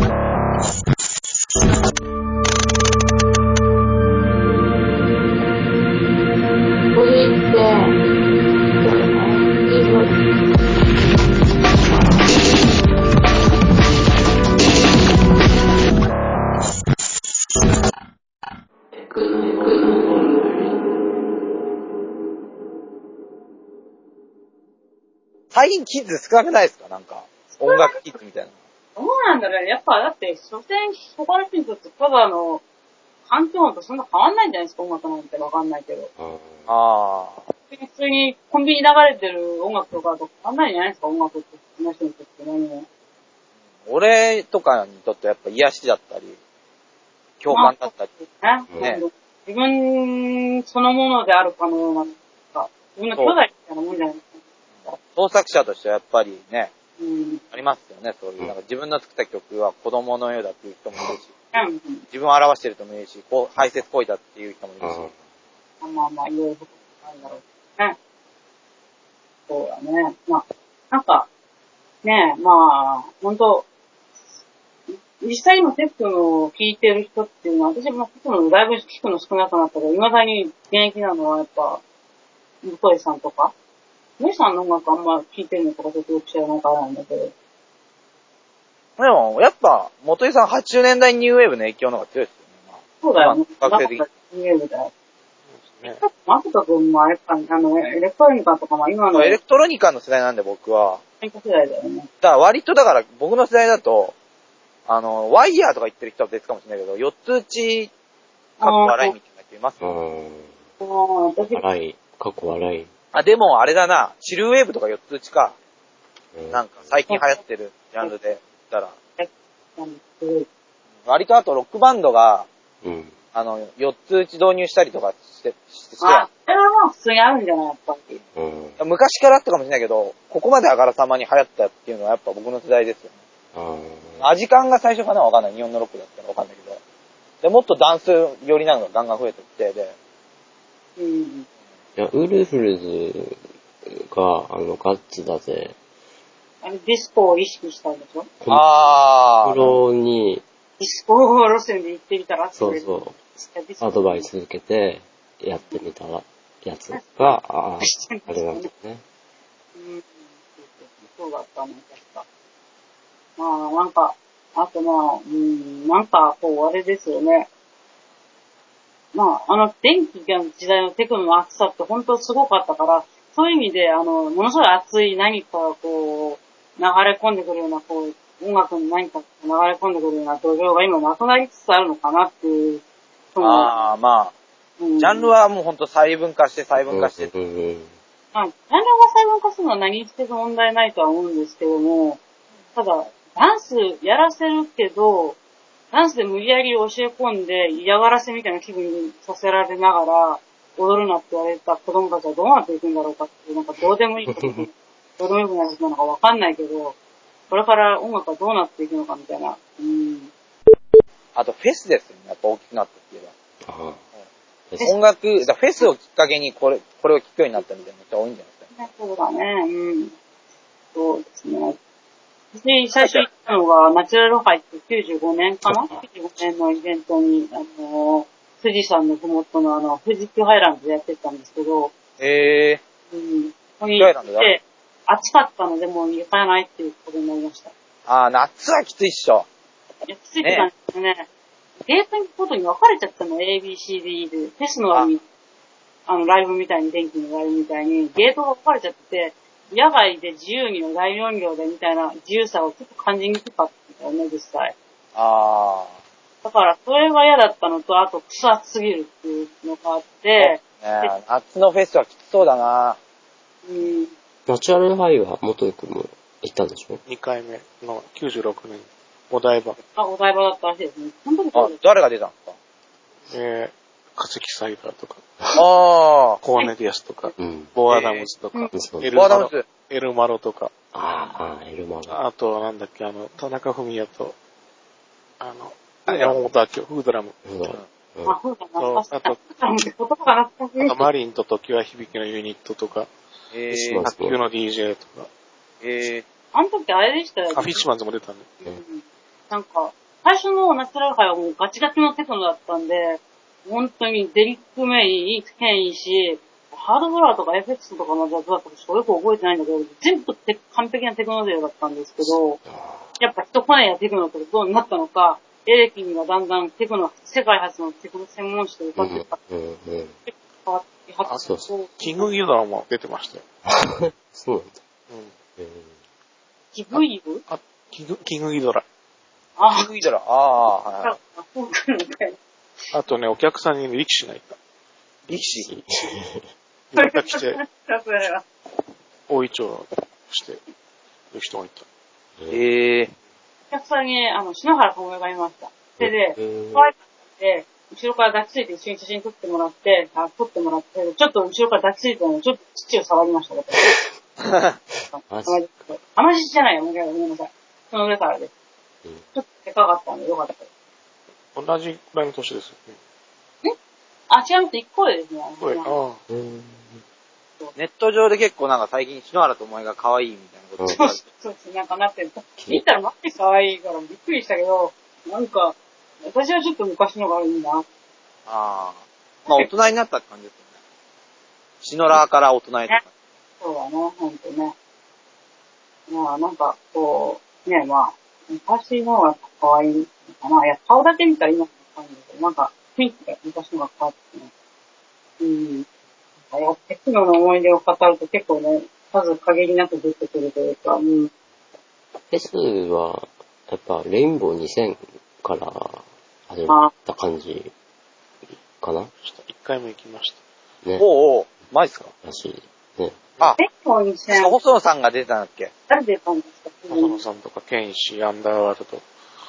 最近キッズ少なくないですか？なんか、音楽キッズみたいな。 どうなんだろうね。やっぱ、だって、所詮、他の人にとってただの、環境音とそんな変わんないんじゃないですか、音楽なんてわかんないけど。普通にコンビニ流れてる音楽とかと変わんないんじゃないですか、音楽って。その人にとって何も。 俺とかにとってやっぱ癒しだったり、共感だったり。 ね。自分そのものであるかのような、自分の兄弟みたいなもんじゃないですか。 創作者としてはやっぱりね、ありますよね、そういう。なんか自分の作った曲は子供のようだっていう人もいるし、自分を表してる人もいるし、排泄行為だっていう人もいるし。 いろいろなんだろうね。そうだね。なんか、ねほんと、実際今テックの聴いてる人っていうのは、私もテックのだいぶ聞くの少なくなったけど、未だに現役なのはやっぱ、向井さんとか、向井さんの音楽あんま聴いてるのとかちょっとよく知らないからなんだけど。 でも、やっぱ、元井さん80年代ニューウェーブの影響の方が強いですよね。 そうだよね。 学生的に。 ニューウェーブだよ。マクト君もあれか、エレクトロニカとかも今の。 エレクトロニカの世代なんで僕は。 世代だよね。 だから割と僕の世代だと、ワイヤーとか言ってる人は別かもしれないけど、4つ打ち、かっこ笑いみたいな人いますよ。 笑い、かっこ笑い。 でもあれだな、チルウェーブとか4つ打ちか。なんか最近流行ってるジャンルで言ったら。割とあとロックバンドが、4つ打ち導入したりとかして。 それは普通にあるんじゃないやっぱり。 昔からあったかもしれないけど、ここまであからさまに流行ったっていうのはやっぱ僕の世代ですよね。アジカンが最初かなわかんない。日本のロックだったらわかんないけど。で、もっとダンス寄りなのがガンガン増えてって、で。 いや、ウルフルズが、ガッツだぜ。 ディスコを意識したんでしょ？ プロに、 ディスコ路線で行ってみたらそう。アドバイス受けて、やってみたら、やつが、あれなんだよね。 そうだったね、確か。 まあ、なんか、あとまあ、なんか、こう、あれですよね。まあ、電気の時代のテクノの熱さって本当すごかったから、そういう意味で、ものすごい熱い何かがこう、流れ込んでくるような、こう、音楽に何か流れ込んでくるような土壌が今なくなりつつあるのかなっていう。 ああ、まあ、ジャンルはもうほんと細分化して。 まあ、ジャンルが細分化するのは何一つ問題ないとは思うんですけども、ただ、ダンスやらせるけど、ダンスで無理やり教え込んで嫌がらせみたいな気分にさせられながら踊るなって言われた子供たちはどうなっていくんだろうかっていう、なんかどうでもいいことどうでもよくないことなのかわかんないけど、これから音楽はどうなっていくのかみたいな。 あとフェスですよね、やっぱ大きくなったって言えば。音楽、フェスをきっかけにこれを聴くようになったみたいな人が多いんじゃないですかね。 そうだね、そうですね。私、最初行ったのが、ナチュラルハイって95年かな ?95 年のイベントに、富士山のふもとの富士急ハイランドでやってたんですけど、ここに行って、暑かったのでもう行かないっていうことになりました。 ああ、夏はきついっしょ。 いや、きついって感じですね。ゲートに行くことに分かれちゃったの、ABCD で。フェスのライブみたいに、電気のライブみたいに、ゲートが分かれちゃってて、野外で自由に大音量でみたいな自由さをちょっと感じにくかったんだよね、実際。 ああ。 だから、それが嫌だったのと、あと、草暑すぎるっていうのがあって、 夏のフェスはきつそうだな。 ナチュラルハイは元井くんも行ったんでしょ ?2 回目の96年、お台場。 お台場だったらしいですね。 誰が出たんですか化石サイダーとか。 コーネリアスとか。ボアダムズとか。エルマロとか。 エルマロ。 あと、なんだっけ、田中文也と、山本明夫、フードラム。あと、マリンと時は響きのユニットとか。卓球の DJ とか。 あの時あれでしたよね。 フィッシュマンズも出たんで。 なんか、最初のナチュラルハイはもうガチガチのテクノだったんで、本当にデリックメイン、変異し、ハードフラワーとか FX とかのジャズだったかよく覚えてないんだけど、全部完璧なテクノデーだったんですけど、やっぱ一骨やテクノとかどうなったのか、エレキにはだんだんテクノ、世界初のテクノ専門誌で歌ってた。 キングギドラも出てましたよ。 そうなんだ。 キングギドラキングギドラ。 キングギドラ。 あとね、お客さんに力士がいた。 力士浴衣着て、大イチョウしてる人がいた。 お客さんに、篠原智恵がいました。それで、可愛くて、後ろから抱きついて一緒に写真撮ってもらって、ちょっと後ろから抱きついてちょっと土を触りました。話じゃないよ、ごめんなさい。その上からです。ちょっとでかかったんでよかったです。 同じぐらいの年ですよね。 違うと1個上ですね。 ネット上で結構なんか最近篠原智恵が可愛いみたいなことで。 そうですね、なんかなってる。見たらマジ可愛いからびっくりしたけど、なんか、私はちょっと昔のがいいな。 まあ大人になったって感じですよね。篠原から大人になった。 そうだね、ほんとね。まあなんか、こう、ね、まあ、昔のが可愛いのかな。いや、顔だけ見たら今の可愛いんだけど、なんか、雰囲気が昔のが変わってね。テクノの思い出を語ると結構ね、数限りなく出てくるというか、フェスは、やっぱ、レインボー2000から始まった感じかな？ 一回も行きました。 ね。 マジっすか？ らしい。ね。 レインボー2000。 細野さんが出たんだっけ？ 誰出たんですか？ 細野さんとか、ケンイシ、アンダーワールド。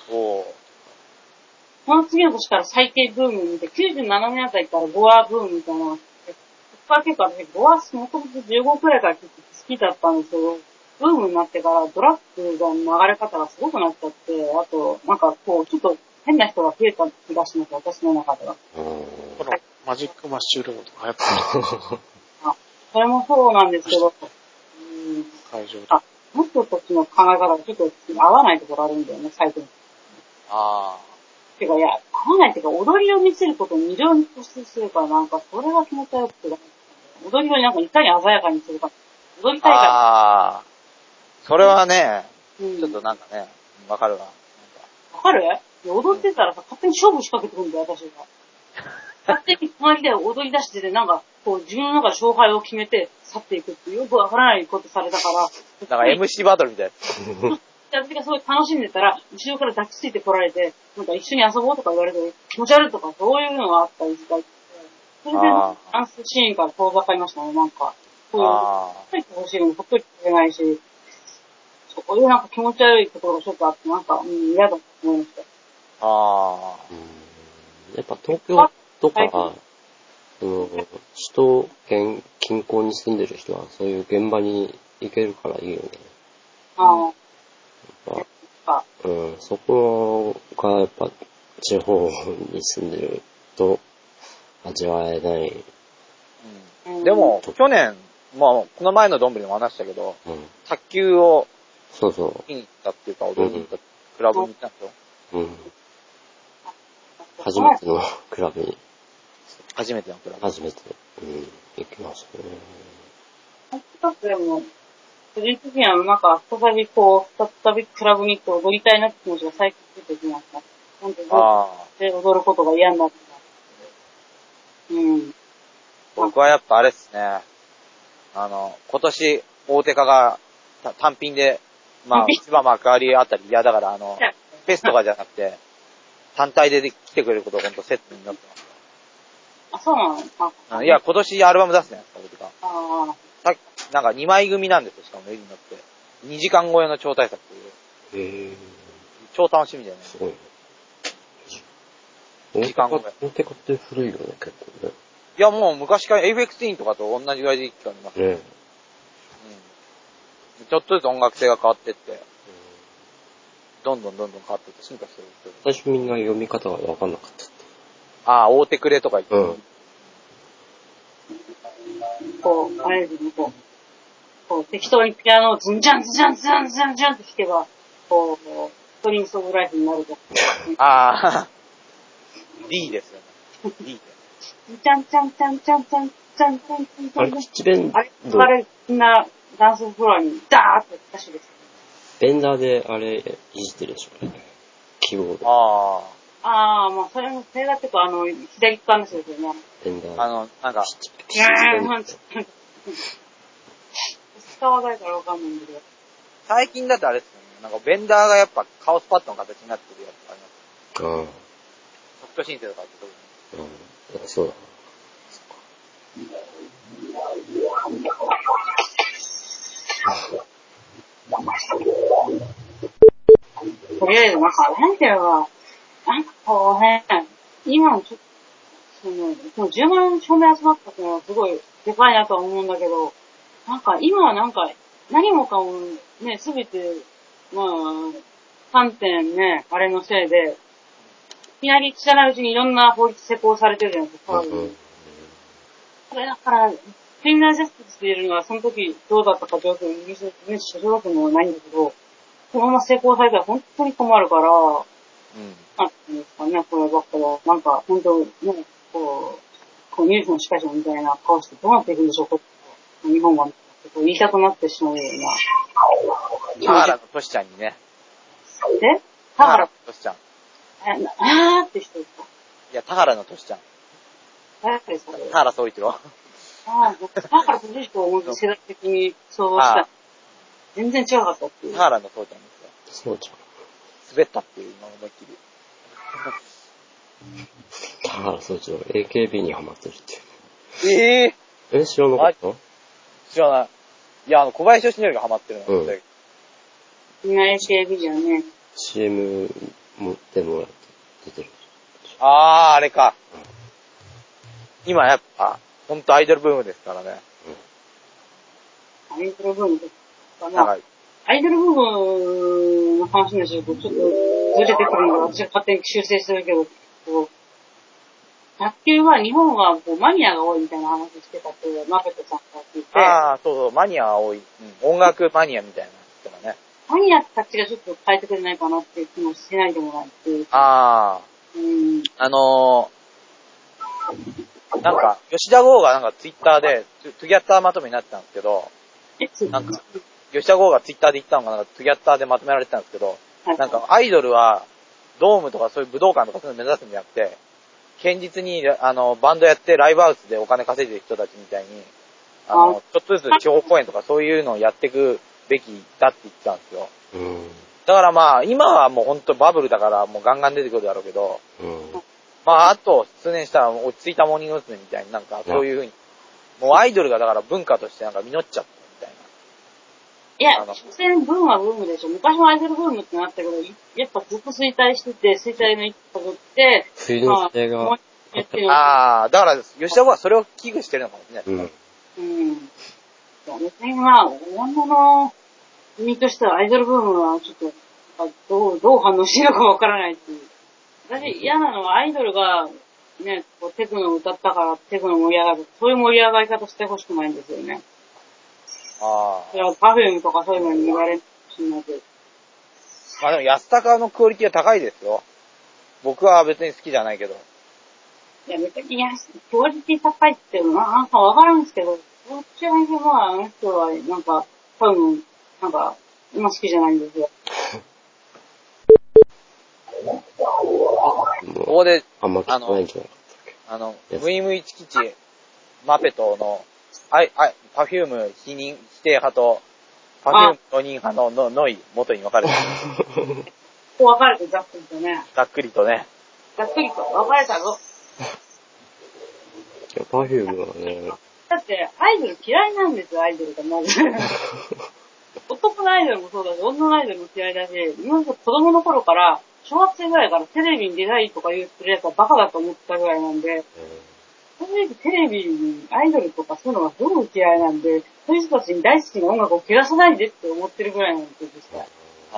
その次の年から最低ブーム見て、97年あたりからゴアブームみたいな。そこから結構私、ゴアもともと15くらいから好きだったんですけど、ブームになってからドラッグの流れ方がすごくなっちゃって、あと、なんかこう、ちょっと変な人が増えた気がします、私の中では。 このマジックマッシュルームとか流行ってました。それもそうなんですけど、 会場で。 もっとこっちの考え方がちょっと合わないところあるんだよね、最近。てか、合わないっていうか、踊りを見せることを二量に固執するから、なんか、それが気持ち悪くて、踊りをなんかいかに鮮やかにするか、踊りたいから。 それはね、ちょっとなんかね、 わかるわ。 わかる？踊ってたらさ、勝手に勝負仕掛けてくるんだよ、私が。勝手に隣で踊り出してて、なんか、こう、自分の中で勝敗を決めて去っていくっていう、よくわからないことされたから。 なんか MC バトルみたいな。 私がすごい楽しんでたら、後ろから抱きついて来られて、なんか一緒に遊ぼうとか言われて、気持ち悪いとか、そういうのがあったりして、それで、ダンスシーンから遠ざかりましたね、なんか。そういう、ほっといてほしいのにほっといてくれないし、そういうなんか気持ち悪いところがちょっとあって、なんか、嫌だと思いました。 やっぱ東京とか、首都圏近郊に住んでる人は、そういう現場に行けるからいいよね。そこがやっぱ地方に住んでると味わえない。 でも、去年、この前のどんぶりでも話したけど、卓球を見に行ったっていうか、踊りに行ったクラブに行ったんですよ。 初めてのクラブに。 初めてのクラブ。 初めて。行きましたね。 でも、個人的にはなんか、再びクラブに行って踊りたいなって気持ちが最近出てきました。本当に、踊ることが嫌になってた。 僕はやっぱあれっすね。今年、大手化が単品で、千葉幕張あたり嫌だから、フェスとかじゃなくて、単体で来てくれることが本当セットになってます。 あ、そうなの？ いや、今年アルバム出すね、大手化。なんか2枚組なんですよ、しかもレディになって。2時間超えの超大作という。超楽しみだよね。 すごいね。2時間超え。大手化って古いよね、結構ね。 いや、もう昔から AFX とかと同じぐらいで期間ありますね。ちょっとずつ音楽性が変わってって、どんどん変わってって進化してる。 最初みんな読み方がわかんなかったって。 大手くれとか言って。 あれですね、適当にピアノをズンジャンズジャンズジャンズジャンズジャンって弾けば、ストリングスオブライフになると。 D ですよね。D で。 チャンチャンチャンチャンチャンチャンチャンチャンチャン。 あれ、七弁。 あれ、みんな、ダンスフロアにダーって歌手です。 ベンダーであれ、いじってるでしょ、キーボード。 それも、それだってか、左側の人ですよね。 ベンダー。 なんか、 使わないからわかんないんだけど。 最近だとあれですよね。なんか、ベンダーがやっぱカオスパッドの形になってるやつあります。ソフトシンセとかってことそうだ。 とりあえず、なんか、なんていうのか、なんかこうね、今のちょっと、その10万署名集まったのはすごいでかいなとは思うんだけど、なんか今はなんか、何もかもね、すべて、3点ね、あれのせいで、いきなり知らないうちにいろんな法律施行されてるじゃないですか。これだから、クリミナルジャスティスっていうのはその時どうだったか上手にイギリスでね、諸条学もないんだけど、このまま施行されたら本当に困るから、なんていうんですかね、こればっかは、なんか本当ね、こうニュースの司会者みたいな顔してどうなっていくんでしょうか、日本は言いたくなってしまうような。 田原のトシちゃんにね。 田原のトシちゃん。 って人ですか？ いや、田原のトシちゃん。 誰ですか？ 田原総一郎。 田原総一郎を世代的に想像した。全然違かったっていう。 田原の総ちゃんですよ。そうちゃん。 滑ったっていうのを思いっきり。 田原総一郎、AKB にハマってるっていう。知らなかった？ 知らない。いや、小林義則がハマってるので。 みんな AKB じゃね。 CM もでも出てる。 あれか。今やっぱ、ほんとアイドルブームですからね。 アイドルブームですか？アイドルブームの話になっちゃうと、ちょっとずれてくるのが私が勝手に修正するけど、卓球は日本はマニアが多いみたいな話してたっていうマーケットさんが聞いて。 そう、マニアが多い。音楽マニアみたいな人がね。 マニアたちがちょっと変えてくれないかなっていう気もしないでもないっていう。 なんか、吉田剛がなんかツイッターで、トゥギャッターまとめになってたんですけど、なんか、吉田剛がツイッターで言ったのがなんかトゥギャッターでまとめられてたんですけど、 なんかアイドルは、ドームとかそういう武道館とかそういうの目指すんじゃなくて、堅実に、バンドやってライブハウスでお金稼いでる人たちみたいに、ちょっとずつ地方公演とかそういうのをやっていくべきだって言ってたんですよ。だからまあ、今はもうほんとバブルだからもうガンガン出てくるだろうけど、まあ、あと数年したら落ち着いたモーニング娘。みたいになんかそういう風に、もうアイドルがだから文化としてなんか実っちゃったみたいな。 いや、所詮ブームはブームでしょ。昔もアイドルブームってなったけど、やっぱずっと衰退してて、衰退の一歩取って、 冬の時代が。 だから、吉田はそれを危惧してるのかもしれない。 まあ、女の身としてはアイドルブームはちょっと、どう反応してるかわからないっていう。私嫌なのはアイドルが、ね、こうテクノを歌ったからテクノ盛り上がる。そういう盛り上がり方してほしくないんですよね。それはパフュームとかそういうのに言われるかもしれないけど。 まあでも安高のクオリティは高いですよ。僕は別に好きじゃないけど。 いや、別にクオリティ高いっていうのはなんかわからんですけど、どっちらにしてもあの人はなんか、多分、なんか、今好きじゃないんですよ。 ここで、 あんま聞こえないんじゃないムイムイチキチ、マペトの、パフューム否定派と、パフューム承認派のノイ、元に分かれてる。 こう分かれてざっくりとね。 ざっくりとね。 ざっくりと分かれたぞ。 パフュームはね。 だって、アイドル嫌いなんですよ、アイドルがまず。男のアイドルもそうだし、女のアイドルも嫌いだし、今子供の頃から、小学生ぐらいからテレビに出たいとか言ってるやつはバカだと思ってたぐらいなんで、正直テレビにアイドルとかそういうのがすごく嫌いなんで、そういう人たちに大好きな音楽を切らさないでって思ってるぐらいなんですよ、実際。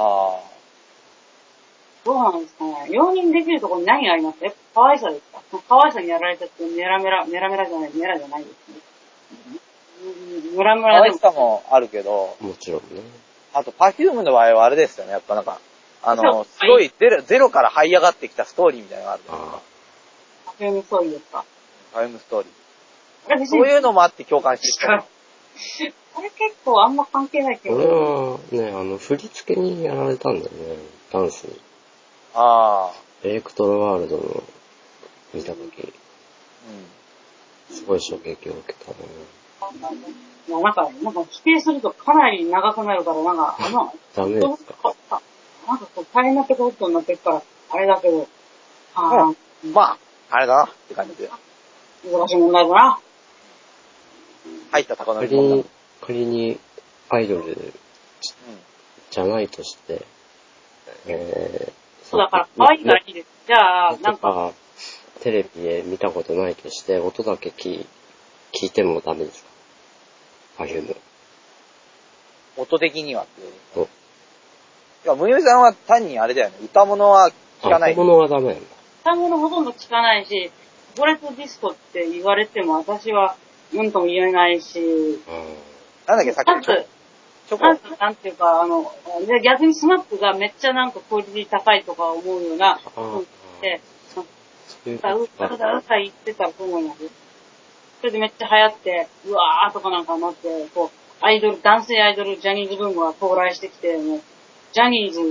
どうなんですかね。容認できるところに何がありますか？やっぱ可愛さですか？可愛さにやられちゃってメラじゃないですね。ムラムラでも。 可愛さもあるけど。 もちろんね。 あと、パフュームの場合はあれですよね。やっぱなんか、すごいゼロから這い上がってきたストーリーみたいなのがあるじゃないですか。 パフュームストーリーですか？ パフュームストーリー。そういうのもあって共感してる。 あれ結構あんま関係ないけど。 俺はね、振り付けにやられたんだよね。ダンスに。エレクトロワールドの見たとき。すごい衝撃を受けたね。 なんか否定するとかなり長くなるから、 ダメですか？ なんか大変なことになってるから、あれだけど。 まあ、あれだなって感じで。 難しい問題だな。 入った高野仮にアイドルじゃないとして、 そうだから可愛いからいいです。じゃあ、なんか。 テレビで見たことないとして、音だけ聞いてもダメですか？パフューム。 音的にはっていう。いや、むゆみさんは単にあれだよね。歌物は聞かない。 歌物はダメなんだ。 歌物ほとんど聞かないし、コレトディスコって言われても私は何とも言えないし。 なんだっけ、さっきのチョコ。 なんていうか、逆にスマップがめっちゃなんかクオリティ高いとか思うような、歌言ってたらと思います。それでめっちゃ流行って、うわーとかなんかなって、こう、男性アイドル、ジャニーズブームが到来してきて、もう、ジャニーズ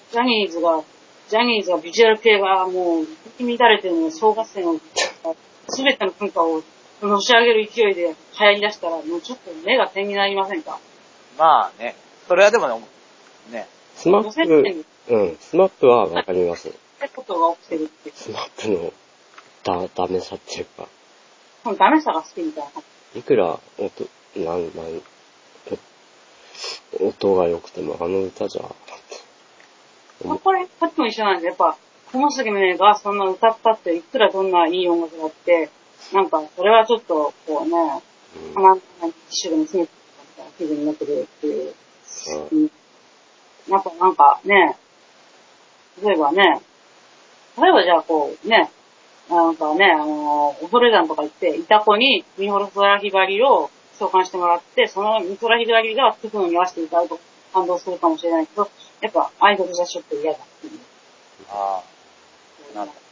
がビジュアル系がもう、吹き乱れてるの総合戦を、すべての文化をのし上げる勢いで流行り出したら、もうちょっと目が点になりませんか？ まあね。それはでもね。 スマップはわかります。 ってことが起きてるって。 スマップのダメさっていうか。 ダメさが好きみたいな。 いくら音が良くてもあの歌じゃ。 こっちも一緒なんですよ。やっぱ、この杉宗がそんな歌ったっていくらどんないい音楽があって、なんか、それはちょっと、こうね、一種でも詰めてた気分になってくるっていう。なんかね、例えばじゃあこうね、なんかね、恐山とか行って、イタコにミホルソラヒバリを召喚してもらって、そのミホラヒバリがテクノに合わせて歌うと感動するかもしれないけど、やっぱアイドルじゃちょっと嫌だっていう。 なんだ。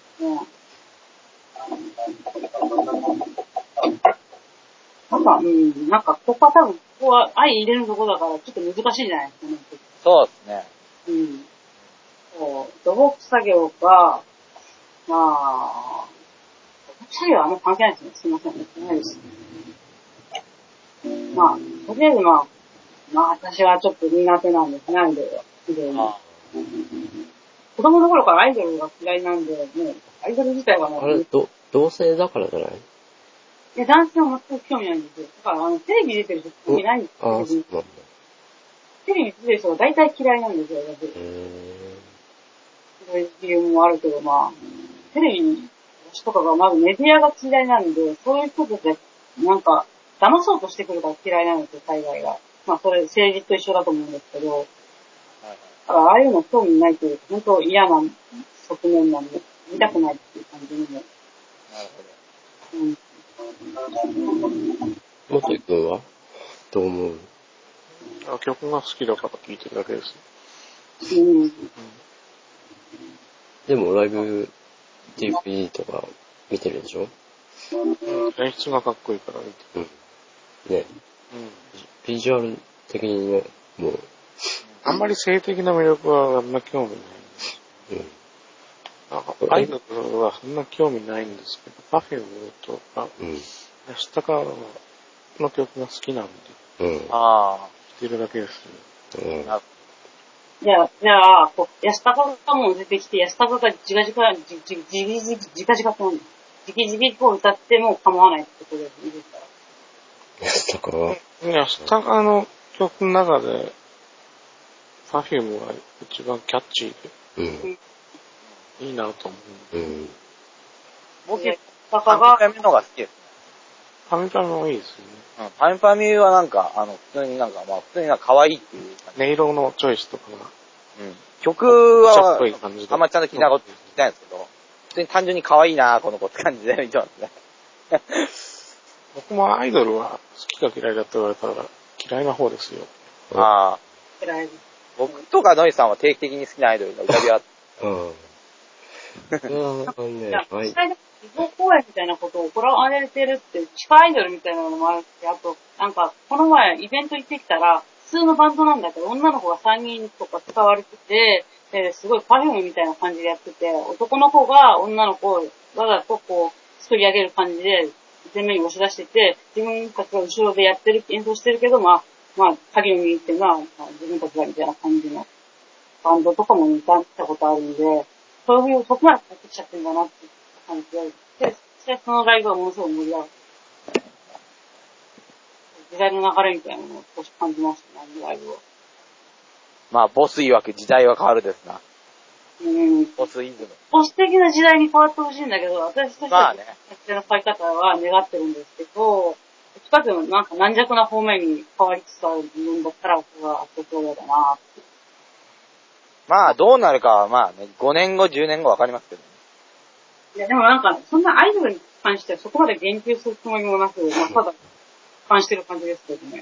なんか、ここは多分、ここは愛入れるとこだから、ちょっと難しいんじゃないですかね。 そうですね。 土木作業が、まあ、土木作業はあんま関係ないですね。すいません。ないです。まあ、とりあえずまあ私はちょっと苦手なんですね、アイドルは。子供の頃からアイドルが嫌いなんで、もう、アイドル自体はもう。 あれ、同性だからじゃない？ いや、男性は全く興味ないんですよ。だから、テレビ出てる人興味ないんですよ。 ああ、そうなんだ。 テレビ出てる人が大体嫌いなんですよ、私。そういう理由もあるけど、まあ、テレビの人とかがまずメディアが嫌いなんで、そういう人たちなんか、騙そうとしてくるから嫌いなんですよ、海外が。まあ、それ政治と一緒だと思うんですけど、だからああいうの興味ないというか、本当嫌な側面なんで、見たくないっていう感じにも。なるほど。元井くんはどう思う？ 曲が好きだから聴いてるだけです。 でもライブ DVD とか見てるでしょ？ 演出がかっこいいから見てる。ね。ビジュアル的にね、もう。 あんまり性的な魅力はあんま興味ないんです。アイドルはそんな興味ないんですけど、Perfume とか、安高の曲が好きなんで、聴いてるだけです。 じゃあ、安高がもう出てきて、安高がじかじかこう歌っても構わないってことですね。 安高は安高の曲の中で、Perfume が一番キャッチーで、いいなと思う。 僕、パミパミの方が好きですね。 パミパミもいいですよね。 パミパミはなんか、普通になんか可愛いっていう感じ。 音色のチョイスとかが。 曲は、あんまちゃんと聞いたこと聞いてないんですけど、普通に単純に可愛いなこの子って感じで見てますね。 僕もアイドルは好きか嫌いだって言われたら嫌いな方ですよ。 嫌い。 僕とかノイさんは定期的に好きなアイドルが浮かび合って。 実際で地方公演みたいなことを行われてるって、地下アイドルみたいなのもあるし、あと、なんか、この前イベント行ってきたら、普通のバンドなんだけど、女の子が3人とか使われてて、すごいPerfumeみたいな感じでやってて、男の子が女の子をわざとこう、作り上げる感じで、前面に押し出してて、自分たちが後ろで演奏してるけど、鍵の右っていうのは、自分たちがみたいな感じのバンドとかも見たことあるんで、そういう、そこまで帰ってきちゃってるんだなって感じで、そのライブはものすごい盛り上がる。時代の流れみたいなものを少し感じましたね、ライブを。 ボス曰く時代は変わるですな。ボスイズム。 ボス的な時代に変わってほしいんだけど、私たちの変え方は願ってるんですけど、近くのなんか軟弱な方面に変わりつつある自分だったら、それは圧倒的だなって。 どうなるかは5年後、10年後わかりますけどね。 いや、でもなんか、そんなアイドルに関してはそこまで言及するつもりもなく、ただ、関してる感じですけどね。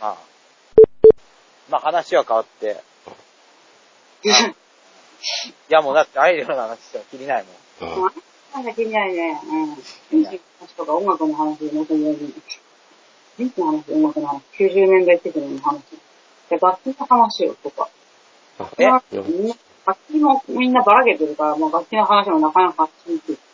話は変わって。いや、もうだってアイドルの話はきりないもん。 なんか気になるね。人気の話とか音楽の話で求められる。人気の話、音楽の話、90年代的な話。楽器の話をとか。楽器もみんなばらけてるから、もう楽器の話もなかなかしにくい。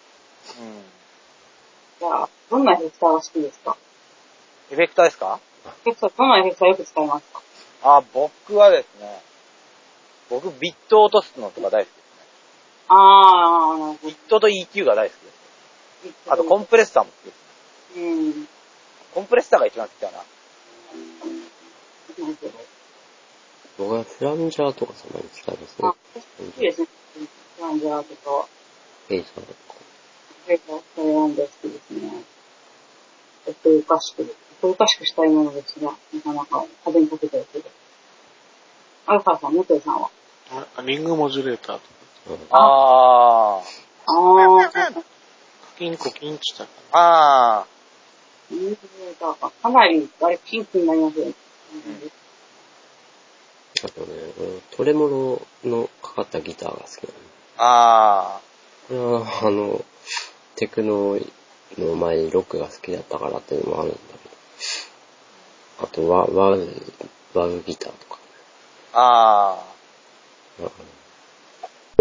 じゃあ、どんなエフェクターが好きですか？ エフェクターですか？ どんなエフェクターよく使いますか？ 僕はですね、ビット落とすのとか大好きですね。ビットと EQ が大好きです。あとコンプレッサーも好きです。コンプレッサーが一番好きだな。 僕はフランジャーとかそんなに使いますね。 いいですね。フランジャーとか。 フェイサーとか。 フェイサー、それなんで好きですね。奥ゆかしくしたいものですが、なかなか壁にかけてるけど。アルファさん、元井さんはリングモジュレーターとか。コキンチだから。リングモジュレーターかなり、ピンクになりますよね。 あとね、トレモロのかかったギターが好きなの。これは、テクノの前にロックが好きだったからっていうのもあるんだけど。あとワウギターとか。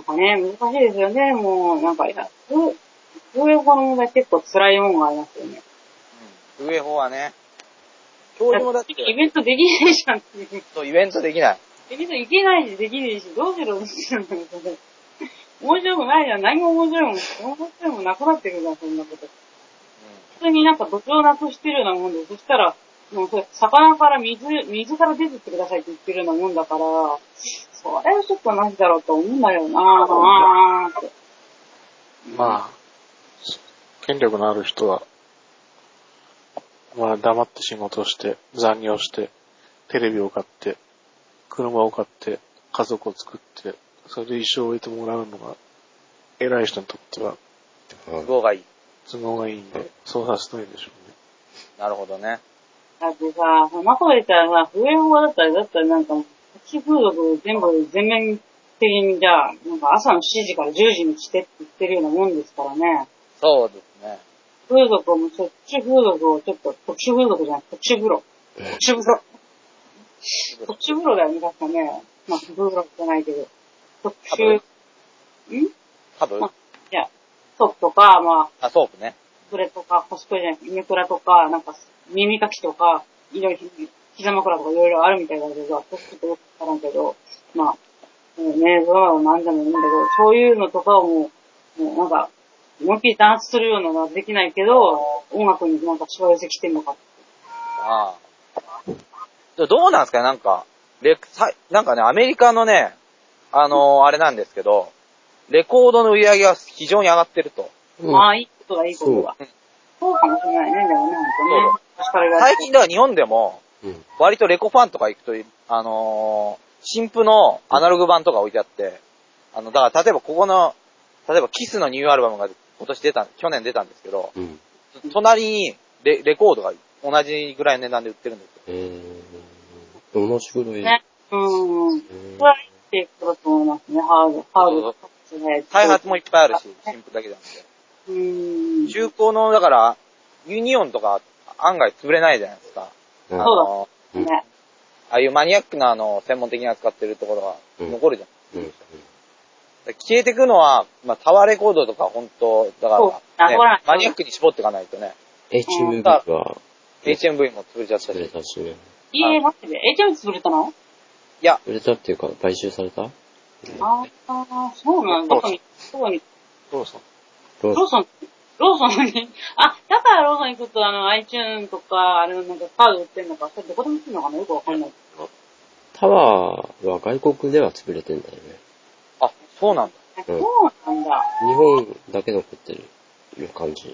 かね、難しいですよね。もう、なんか、風営法の問題結構辛いもんがありますよね。 うん。風営法はね、教授もだって。 イベントできないじゃんっていう。 そう、イベントできない。 イベント行けないし、できないし、どうしろって言うんだけど、面白くないじゃん。何も面白いもんなくなってるじゃん、そんなこと。普通になんか土地をなくしてるようなもんで、そしたら、もうそれ、魚から水から出てってくださいって言ってるようなもんだから、それはちょっと何だろうと思うんだよなぁって。 まあ、権力のある人は、まあ黙って仕事をして、残業して、テレビを買って、車を買って、家族を作って、それで一生を終えてもらうのが、偉い人にとっては、 都合がいい。 都合がいいんで、そうさせたいんでしょうね。 なるほどね。 だってさ、そんなこと言ったらさ、風営法だったらなんか、土地風俗全面的にじゃあ、なんか朝の7時から10時に来てって言ってるようなもんですからね。 そうですね。 風俗も、土地風俗をちょっと、特殊風俗じゃなくて特殊風呂。特殊風呂。特殊風呂だよね、確かね。まあ、風俗じゃないけど。特殊、 多分まあ、いや、ソープとか、まあ、 ソープね。 コスプレとか、コスプレじゃない、イメクラとか、なんか、耳かきとか、いろいろ、膝枕とかいろいろあるみたいだけど、私ちょっとよくわからんけど、まあ、ね、ドラマなんでもいいんだけど、そういうのとかをもうなんか、思いっきりダンスするようなのはできないけど、音楽になんかしわ寄せきてんのか。 ああ。どうなんですかね、なんか、なんかね、アメリカのね、あれなんですけど、レコードの売り上げが非常に上がってると。 ああ、いいことだ、いいことだ。そうかもしれないね、でもね、ほんとね。 最近では日本でも、割とレコファンとか行くと、新譜のアナログ版とか置いてあって、だから例えばここの、例えばキスのニューアルバムが去年出たんですけど、隣にレコードが同じぐらいの値段で売ってるんですよ。 同じぐらい。 ね。それはいいっていうことだと思いますね、ハード。 開発もいっぱいあるし、新譜だけじゃなくて。中古の、だから、ユニオンとか案外潰れないじゃないですか。 そうだ。ね。 ああいうマニアックな専門的に扱ってるところが残るじゃん。消えてくのは、まあ、タワーレコードとか本当、だから、ね、マニアックに絞っていかないとね。 HMV は、 HMV も潰れちゃったし。 潰れたしね。 待ってね。HMV 潰れたの？ いや。潰れたっていうか、買収された？ ああ、そうなんだ。どこにローソン。 ローソンにだからローソン行くとiTunes とか、なんかカード売ってんのか、それどこでも売ってんのかなよくわかんない。 タワーは外国では潰れてんだよね。 あ、そうなんだ。 そうなんだ。 日本だけ残ってる感じ。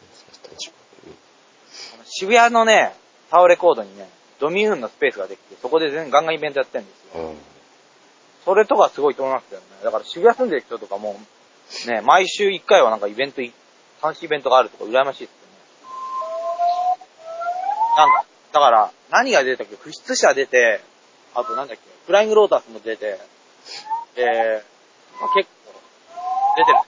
渋谷のね、タワーレコードにね、ドミューンのスペースができて、そこでガンガンイベントやってるんですよ。それとかすごいと思いますよね。だから渋谷住んでる人とかも、ね、毎週1回はなんか短期イベントがあるとか羨ましいですよね。なんか、だから、何が出たっけ？不出社出て、あとなんだっけ？フライングロータスも出て、まあ、結構、出てる。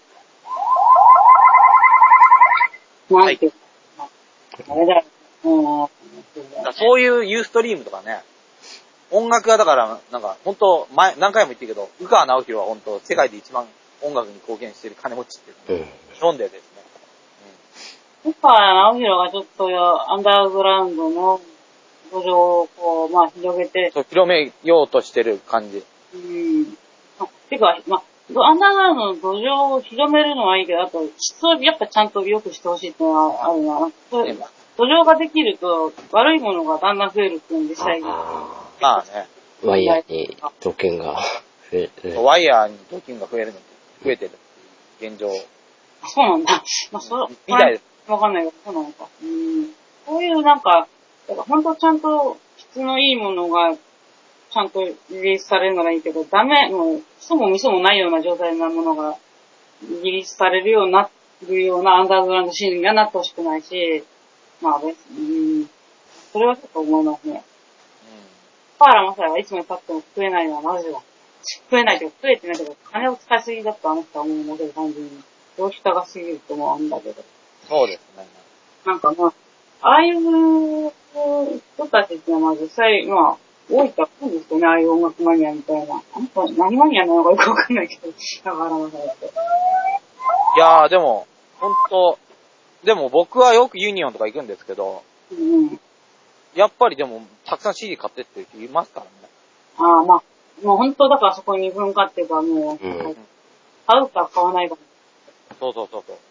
はい。あれだよ。 そういうユーストリームとかね、音楽がだから、なんか、本当何回も言ってるけど、宇川直弘は本当世界で一番音楽に貢献してる金持ちっていう、日本でですね。宇川直弘がちょっとアンダーグラウンドの土壌をこう、まあ広げて。 そう、広めようとしてる感じ。 てか、まあ、アンダーグラウンドの土壌を広めるのはいいけど、あと、質をやっぱちゃんと良くしてほしいっていうのはあるな。土壌ができると、悪いものがだんだん増えるっていうので、実際に。 まあね。 ワイヤーに条件が増える。 ワイヤーに条件が増えてる現状。 そうなんだ。まあ、みたいです。わかんないけど、そうなのか。こういうなんか、ほんとちゃんと質のいいものが、ちゃんとリリースされるならいいけど、もう、そもみそもないような状態なものが、リリースされるようになるようなアンダーグラウンドシーンにはなってほしくないし、まあ別に、それはちょっと思いますね。パーラマサヤはいつまで経っても食えないのはマジだ。食えないけど、食えてないけど、金を使いすぎだとあの人は思うんだけど、単純に。浪費高すぎると思うんだけど。 そうですね。 なんかまあ、ああいう人たちってのは実際、まあ、 多いと思うんですよね、ああいう音楽マニアみたいな。何マニアなのかよくわかんないけど、だからなかった。 いやー、でも、ほんと、でも僕はよくユニオンとか行くんですけど、 うん。 やっぱりでも、たくさん CD 買ってってる人いますからね。 ああ、まあ、もう本当だからそこに文化っていうかもう、買うか買わないか。 そう。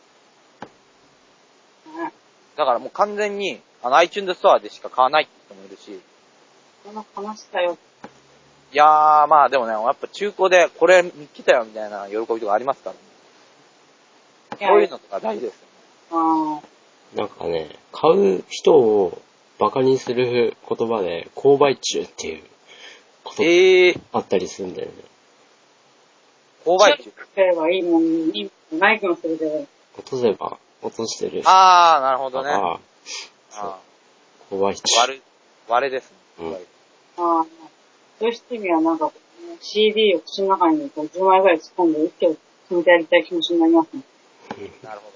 だからもう完全に、iTunes ストアでしか買わないって人もいるし。 そんな話したよ。 いやー、まあでもね、やっぱ中古でこれ来たよみたいな喜びとかありますからね。そういうのとか大事ですよね。 なんかね、買う人をバカにする言葉で、購買中っていうことあったりするんだよね。 購買中買えばいいもんに、ない気もするけど。 落とせば、落としてる。 あー、なるほどね。 そう。購買中。 割れですね。 そういう人にはなんか、CD を口の中に10枚ぐらい突っ込んで、一挙詰めてやりたい気持ちになりますね。 なるほど。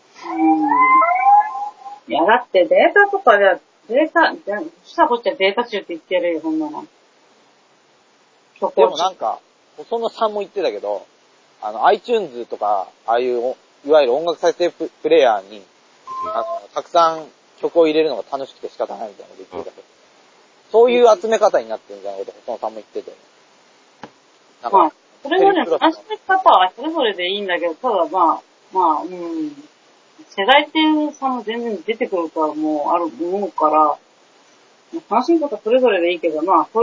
いや、だってデータとかでは、そしたらこっちはデータ中って言ってやるよ、そんなの。 でもなんか、細野さんも言ってたけど、iTunes とか、ああいう、いわゆる音楽再生プレイヤーに、たくさん曲を入れるのが楽しくて仕方ないみたいなこと言ってたけど、そういう集め方になってるんじゃないかと細野さんも言ってて。なんか、 それぞれの集め方はそれぞれでいいんだけど、ただ世代っていう差も全然出てくるとはもうある思うから、楽しみ方それぞれでいいけど、若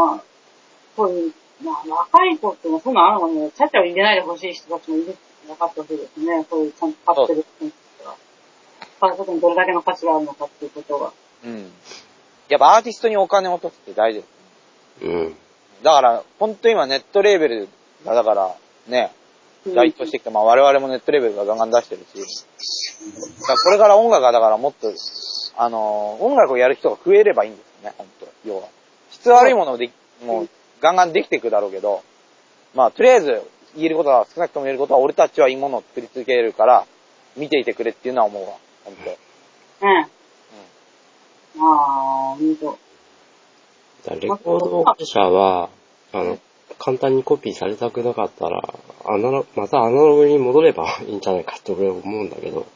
い子ってそういうのあるのに、ちゃっちゃを入れないでほしい人たちもいるって分かってほしいですね。そういうちゃんと買ってる人が。買うことにどれだけの価値があるのかっていうことが。 やっぱアーティストにお金を落とすって大事ですね。だから、ほんと今ネットレーベルが、だからね、台頭してきて、我々もネットレーベルがガンガン出してるし、だからこれから音楽がだからもっと、音楽をやる人が増えればいいんですよね、ほんと。要は。質悪いものをもうガンガンできていくだろうけど、とりあえず言えることは、少なくとも言えることは、俺たちはいいものを作り続けるから、見ていてくれっていうのは思うわ、ほんと。 ほんと。 レコード会社は、簡単にコピーされたくなかったら、またアナログに戻ればいいんじゃないかって俺は思うんだけど。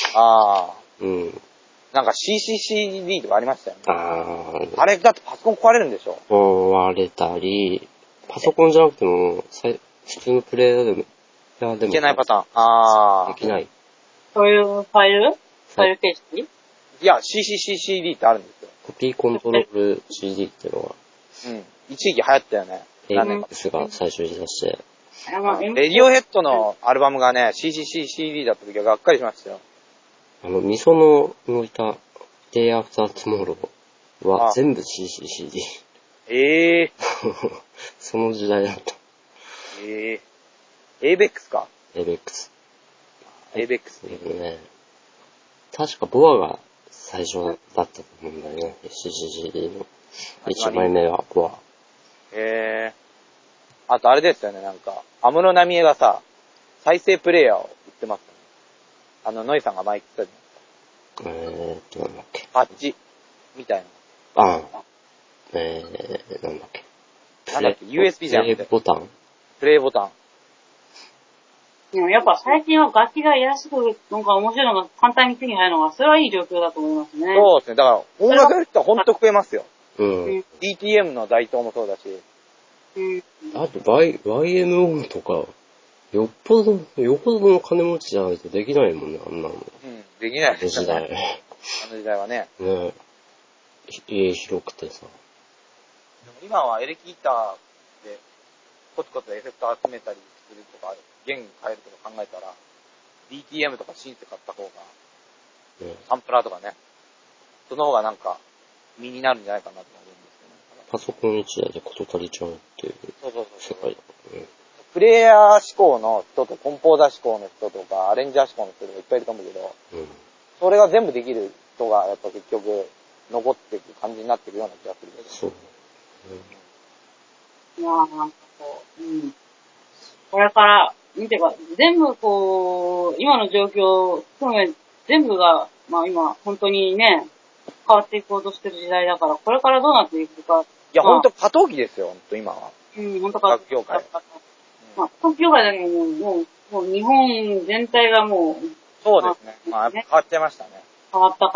なんか CCCD とかありましたよね。あれだってパソコン壊れるんでしょ？ 壊れたり、パソコンじゃなくても、普通のプレイヤーでも。 いけないパターン。できない。 そういうファイル形式？ いや、CCCD ってあるんですよ。 コピーコントロール CD っていうのが。 一時期流行ったよね。 AX が最初に出して。 レディオヘッドのアルバムがね、CCCD だった時はがっかりしましたよ。 ミソの抜いた Day After Tomorrow は全部 CCCD。その時代だった。 ABEX か。 ABEX。 ね。 確かボアが最初だったと思うんだよね。CCCD の。1枚目はボア。 あとあれですよね、なんか、安室奈美恵がさ、再生プレイヤーを売ってますね。ノイさんが前言ってたじゃん。なんだっけ。 パッチ、みたいな。なんだっけ。 USB じゃん。 プレイボタン。 プレイボタン。 でもやっぱ最近は楽器が安く、なんか面白いのが簡単に手に入るのが、それはいい状況だと思いますね。 そうですね。だから、音楽やる人はほんと増えますよ。DTM の台頭もそうだし。 あと、YMO とか、よっぽどの金持ちじゃないとできないもんね、あんなの。 できないですね。 あの時代はね。 家広くてさ。 でも今はエレキギターで、コツコツエフェクト集めたりするとか、弦変えるとか考えたら、DTM とかシンセ買った方が、サンプラーとかね、その方がなんか、身になるんじゃないかなと思うんですけどね。 パソコン1台で事足りちゃうっていう世界だね。 プレイヤー志向の人とコンポーザー志向の人とか、アレンジャー志向の人とかいっぱいいると思うけど、それが全部できる人がやっぱ結局残っていく感じになっていくような気がするけど。 そう。 いやーなんかこう、これから、見てか、全部今の状況含め、全部が、今、本当にね、変わっていこうとしてる時代だから、これからどうなっていくか、 や、ほんと過渡期ですよ、ほんと今は。 ほんと過渡期。 業界。 過渡期業界だけどもう日本全体がもう。 そうですね。まあ、変わっちゃいましたね。 変わったから。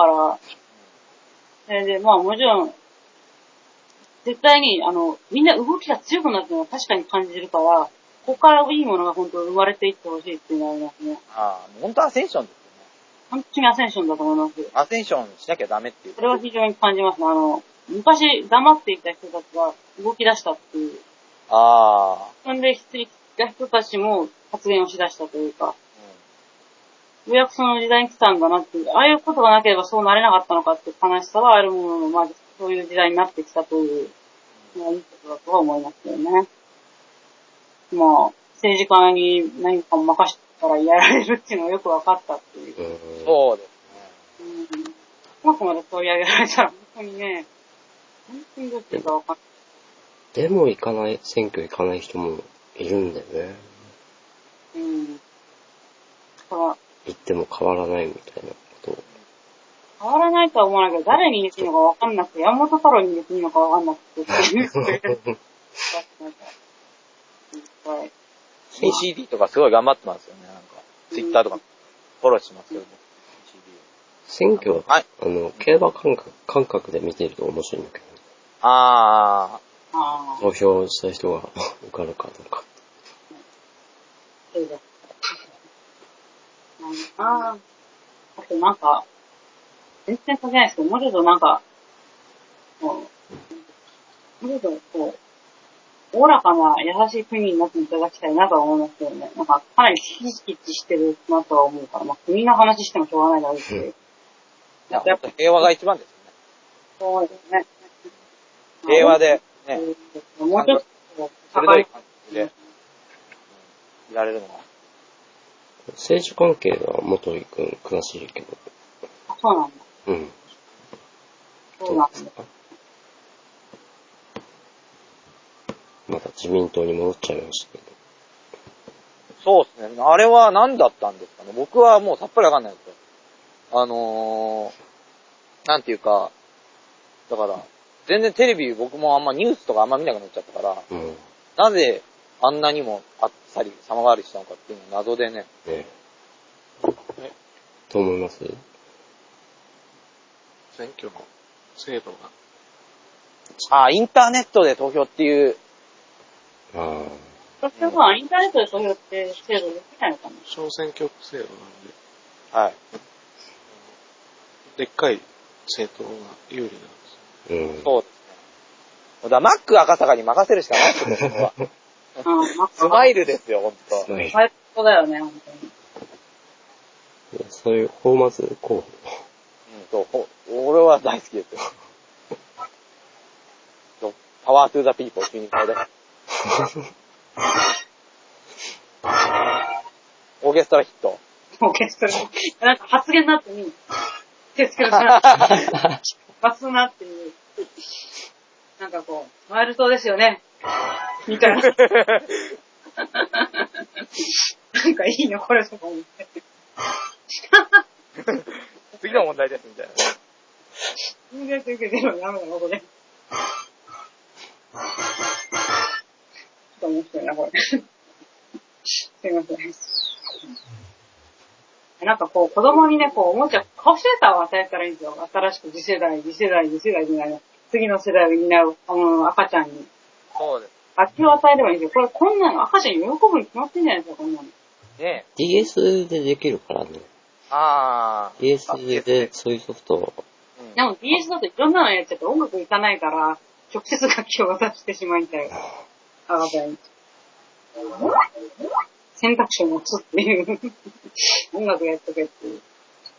で、まあもちろん、絶対に、みんな動きが強くなってるのは確かに感じるから、ここからいいものが本当生まれていってほしいっていうのはありますね。 本当アセンションですよね。 本当にアセンションだと思います。 アセンションしなきゃダメっていう。 それは非常に感じます。昔黙っていた人たちが動き出したっていう。そんで、いた人たちも発言をしだしたというか。ようやくその時代に来たんだなっていう。ああいうことがなければそうなれなかったのかっていう悲しさはあるものの、まあ、そういう時代になってきたという、まあ、いいことだとは思いますよね。まあ、政治家に何か任せたらやられるっていうのがよく分かったっていう。 そうですね。 うまくまで取り上げられたら、本当にね、本当にどうしていいか分かんない。 でも選挙行かない人もいるんだよね。行っても変わらないみたいなことを。 変わらないとは思わないけど、誰に入れていいのか分かんなくて、山本太郎に入れていいのか分かんなくてっていう。 CD とかすごい頑張ってますよね、なんか。ツイッターとかフォローしますけども。 選挙は、競馬感覚で見てると面白いんだけど。投票した人が受かるかどうか。 あとなんか、全然関係ないですけど、もうちょっとなんか、もうちょっとこう、おおらかな優しい国になっていただきたいなとは思いますけどね。なんか、かなりキチキチしてるなとは思うから、まあ国の話してもしょうがないだろうし。 やっぱ平和が一番ですよね。 そうですね。 平和で、ね。 もうちょっと、 鋭い感じで、いられるのが。 政治関係は元井くん詳しいけど。 そうなんだ。 そうなんだ。また自民党に戻っちゃいましたけど。 そうですね。あれは何だったんですかね。僕はもうさっぱりわかんないですよ。なんていうか、だから、全然テレビ僕もあんまニュースとかあんま見なくなっちゃったから、なぜあんなにもあっさり様変わりしたのかっていうのは謎でね。 どう思います？ 選挙の制度が。 インターネットで投票っていう。 投票はインターネットで投票って制度できないのかな？ 小選挙区制度なんで。 はい。 でっかい政党が有利なんですよ。そうですね。だからマック赤坂に任せるしかないですよ、ここは。スマイルですよ、ほんと。 最高だよね、ほんとに。 そういうフォーマツ候補。 俺は大好きですよ。パワートゥーザピーポー急に変えだ。オーケストラヒット。 オーケストラ。なんか発言の後に、手つけるから、発すなっていう。なんかこう、マイル島ですよね。みたいな。なんかいいのこれとか思って。 次の問題ですみたいな。 人間と受けてるのダメだな、これ。ちょっと面白いな、これ。すいません。なんかこう、子供にね、こう、おもちゃ、カーシェーターを与えたらいいんですよ。新しく次世代みたいな。次の世代を担う、赤ちゃんに。 そうです。 楽器を与えればいいんですよ。こんなの赤ちゃん喜ぶに決まってんじゃないですか、こんなの。 ね DS でできるからね。DS でそういうソフトを。 でも DS だといろんなのやっちゃって音楽いかないから、直接楽器を渡してしまいたい。赤ちゃんに。選択肢を持つっていう。音楽やっとけっていう。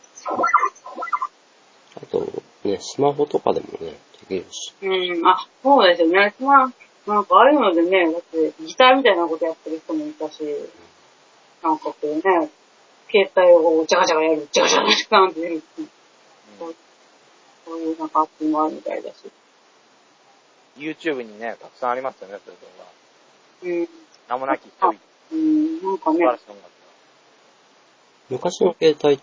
あと、ね、スマホとかでもね、できるし。 そうですよね。なんかああいうのでね、だってギターみたいなことやってる人もいたし、なんかこうね、携帯をジャガジャガやる、ジャガジャガジャガって出るっていう。そういうなんかアプリもあるみたいだし。 YouTube にね、たくさんありますよね、それとか。名もなき一人。 なんかね。 昔の携帯って、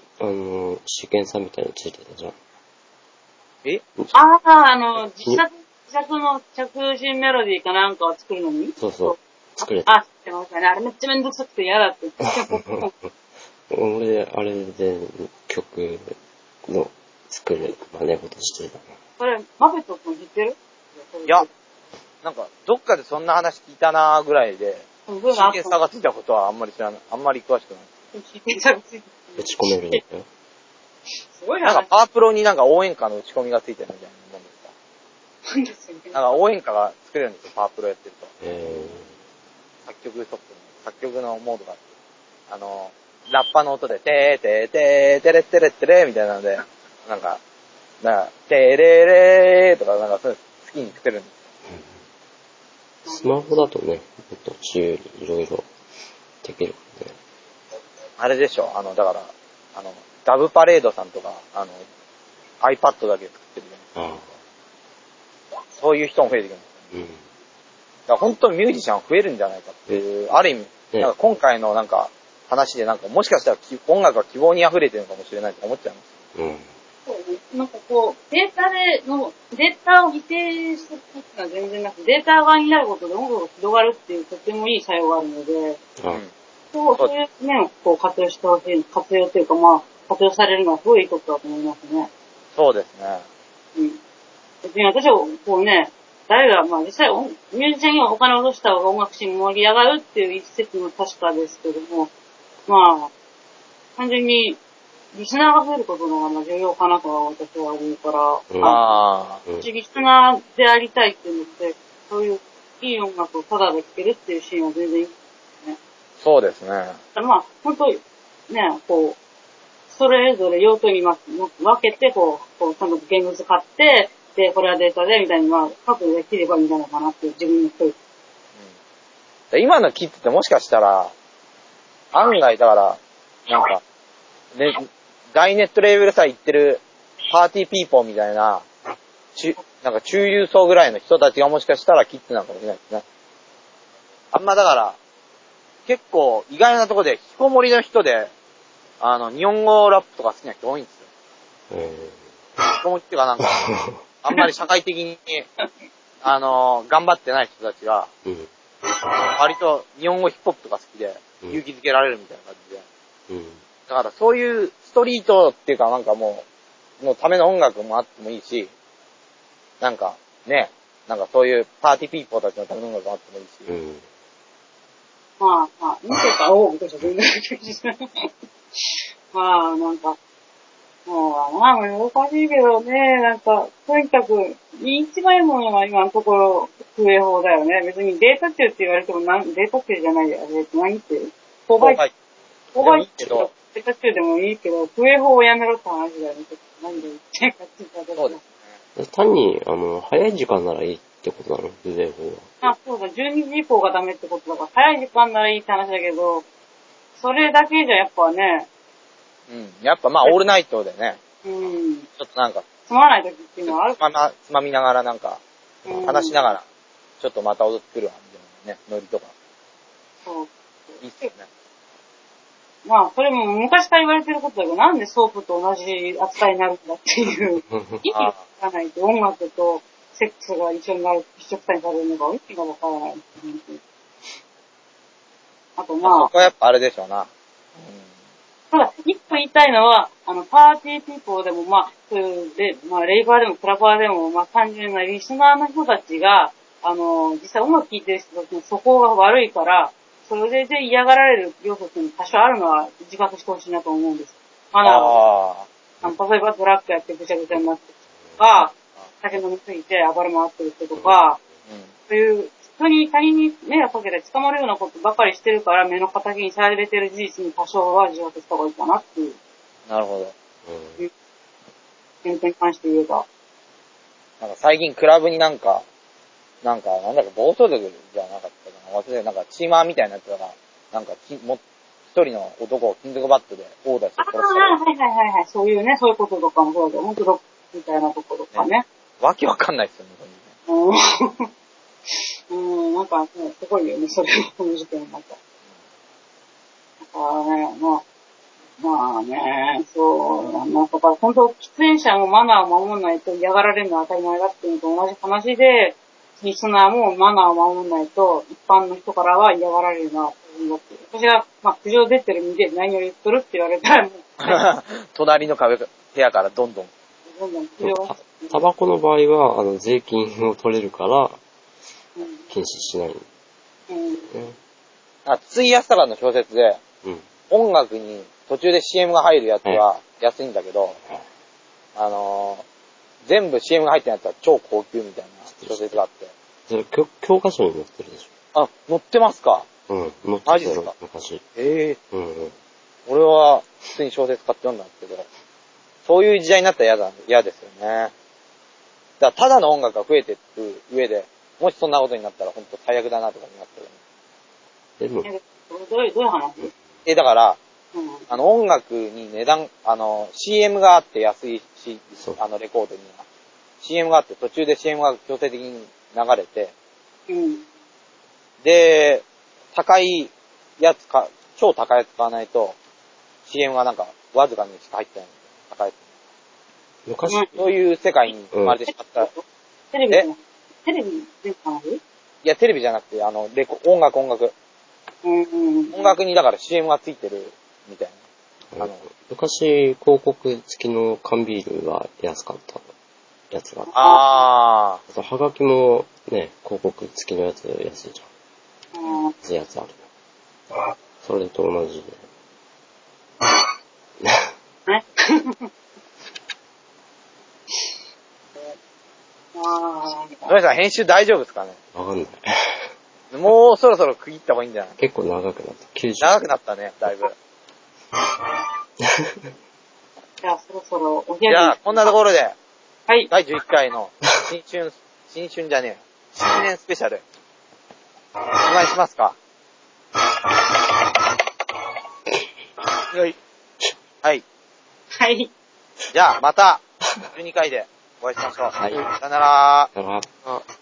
シーケンサーみたいなのついてたじゃん。 自作着信メロディーかなんかを作るのにそう。作れた。作ってましたね。あれめっちゃめんどくさくて嫌だって言って。 俺、あれで曲の作る真似事してたな。 これ、マペット君知ってる？ いや、なんか、どっかでそんな話聞いたなーぐらいで、シーケンサーがついたことはあんまり知らない。あんまり詳しくない。 シーケンサーがついてる。 打ち込めるんだよ。 すごいなんかパワープロになんか応援歌の打ち込みがついてるみたいなもんですか。 なんですよね。 なんか応援歌が作れるんですよ、パワープロやってると。作曲ソフトに、作曲のモードがあって。ラッパの音で、てーてーてーてれってれってれみたいなので、なんか、てれれーとか、なんかそういう好きに作るんです。 スマホだとね、もっと自由にいろいろできるからね。 あれでしょ、だから、ダブパレードさんとか、iPad だけ作ってるじゃないですか。そういう人も増えてくるんですよ。だから本当にミュージシャン増えるんじゃないかっていう、ある意味、なんか今回のなんか話でなんかもしかしたら音楽は希望に溢れてるのかもしれないと思っちゃいます。 そうね。なんかこう、データを否定するっていうのは全然なく、データ側になることで音楽が広がるっていうとてもいい作用があるので、そういう面をこう活用してほしい、活用というか活用されるのはすごいいいことだと思いますね。 そうですね。 別に私はこうね、誰が、実際ミュージシャンにはお金を落とした方が音楽シーン盛り上がるっていう一説も確かですけども、単純に、リスナーが増えることの方が重要かなとは私は思うから、リスナーでありたいっていうのって、そういういい音楽をただで聴けるっていうシーンは全然いいですね。 そうですね。 本当にね、こう、それぞれ用途に分けて、こう、ちゃんとゲームズ買って、で、これはデータで、みたいに各できればいいんじゃないかなっていう自分の一人。 今のキッズってもしかしたら、案外だから、なんか、大ネットレーベルさえ行ってるパーティーピーポーみたいな、なんか中流層ぐらいの人たちがもしかしたらキッズなのかもしれないですね。だから、結構意外なところで、引きこもりの人で、日本語ラップとか好きな人多いんですよ。引きこもりっていうかなんか、あんまり社会的に、頑張ってない人たちが、割と日本語ヒップホップとか好きで、勇気づけられるみたいな感じで。だからそういうストリートっていうかなんかもう、のための音楽もあってもいいし、なんかね、なんかそういうパーティーピーポーたちのための音楽もあってもいいし。 見てた方が全然なんか、難しいけどね、なんか、とにかく、一番いいものは今のところ、増え法だよね。別にデータ中って言われても、データ中じゃないや、何っていう。購買中。データ中でもいいけど、増え法をやめろって話だよね。何で言ってんかって言ったら。そうですね。単に、早い時間ならいいってことなの？増え法は。 そうだ、12時以降がダメってことだから、早い時間ならいいって話だけど、それだけじゃやっぱね、 やっぱオールナイトでね。ちょっとなんか。 つまらない時っていうのはあるつまみながらなんか、話しながら、ちょっとまた踊ってくるわ、みたいなね、ノリとか。 そう。 いいっすよね。 それも昔から言われてることだけど、なんでソープと同じ扱いになるんだっていう、意味がわからないと、音楽とセックスが一緒になる、一緒くたにされるのが意味がわからない。あとそこはやっぱあれでしょうな。 ただ、一個言いたいのは、パーティーピーポーでも、レイバーでもクラバーでも、単純なリスナーの人たちが、実際音楽聴いてる人たちの素行が悪いから、それで嫌がられる要素っていうのが多少あるのは自覚してほしいなと思うんです。例えばドラッグやってぐちゃぐちゃになってるとか、酒飲みすぎて暴れ回ってる人とか、そういう他人に迷惑かけて捕まるようなことばかりしてるから目の敵にされてる事実に多少は自覚した方がいいかなっていう。 なるほど。 点に関して言えば。 なんか最近クラブになんだか暴走族じゃなかったかな。忘れて、なんかチーマーみたいなやつが、なんか一人の男を金属バットで殴打して殺した。 はい。そういうね、そういうこととかもそうだけど、本当ロックみたいなところとかね。 わけわかんないっすよね、 なんかね、すごいよね、それこの事件なんか。だからね、 まあね、そう、だから本当、喫煙者もマナーを守らないと嫌がられるのは当たり前だっていうのと同じ話で、リスナーもマナーを守らないと、一般の人からは嫌がられるのは当然だっていう。私が、苦情出てる身で何を言っとるって言われたらもう、 隣の部屋からどんどん苦情が。 タバコの場合は、税金を取れるから、禁止しない。 ついやすたかの小説で、音楽に途中で CM が入るやつは安いんだけど、全部 CM が入ってないやつは超高級みたいな小説があって。 それ教科書に載ってるでしょ。載ってますか？ 載ってた。 マジですか？ 昔。 俺は普通に小説買って読んだんですけど、そういう時代になったら嫌ですよね。だからただの音楽が増えていく上で、もしそんなことになったら本当最悪だなとか思いますけどね。 どういう話？ だから、音楽に値段、CM があって安いし、レコードには。CM があって途中で CM が強制的に流れて、で、高いやつか、超高いやつ買わないと、CM がなんかわずかにしか入ってない。高いやつ。昔、そういう世界に生まれてしまった。 テレビで話？ いや、テレビじゃなくて、音楽。音楽にだから CM がついてるみたいな。 昔、広告付きの缶ビールが安かったやつがあと、はがきもね、広告付きのやつ安いじゃん。安いやつあるよ。それと同じで。 野井さん、編集大丈夫ですかね？ わかんない。 もうそろそろ区切った方がいいんじゃない？ 結構長くなった。 長くなったね、だいぶ。 じゃあ、そろそろおじゃあ、こんなところで、 はい。 第11回の新春じゃねえよ。新年スペシャル。お願いしますか？ はい。 はい。 はい。 じゃあ、また、12回でお会いしましょう。 はい。 さよなら。 さよなら。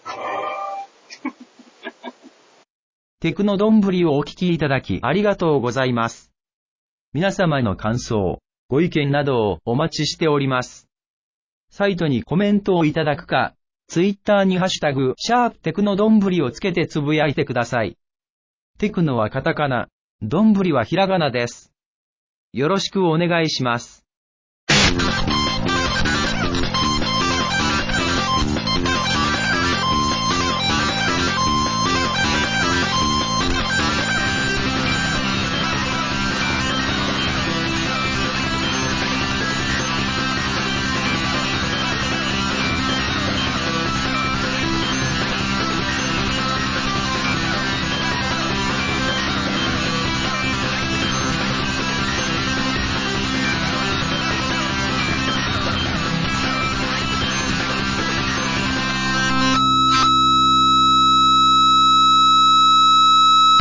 テクノどんぶりをお聞きいただきありがとうございます。皆様の感想、ご意見などをお待ちしております。サイトにコメントをいただくか、ツイッターにハッシュタグ、テクノどんぶりをつけてつぶやいてください。テクノはカタカナ、どんぶりはひらがなです。よろしくお願いします。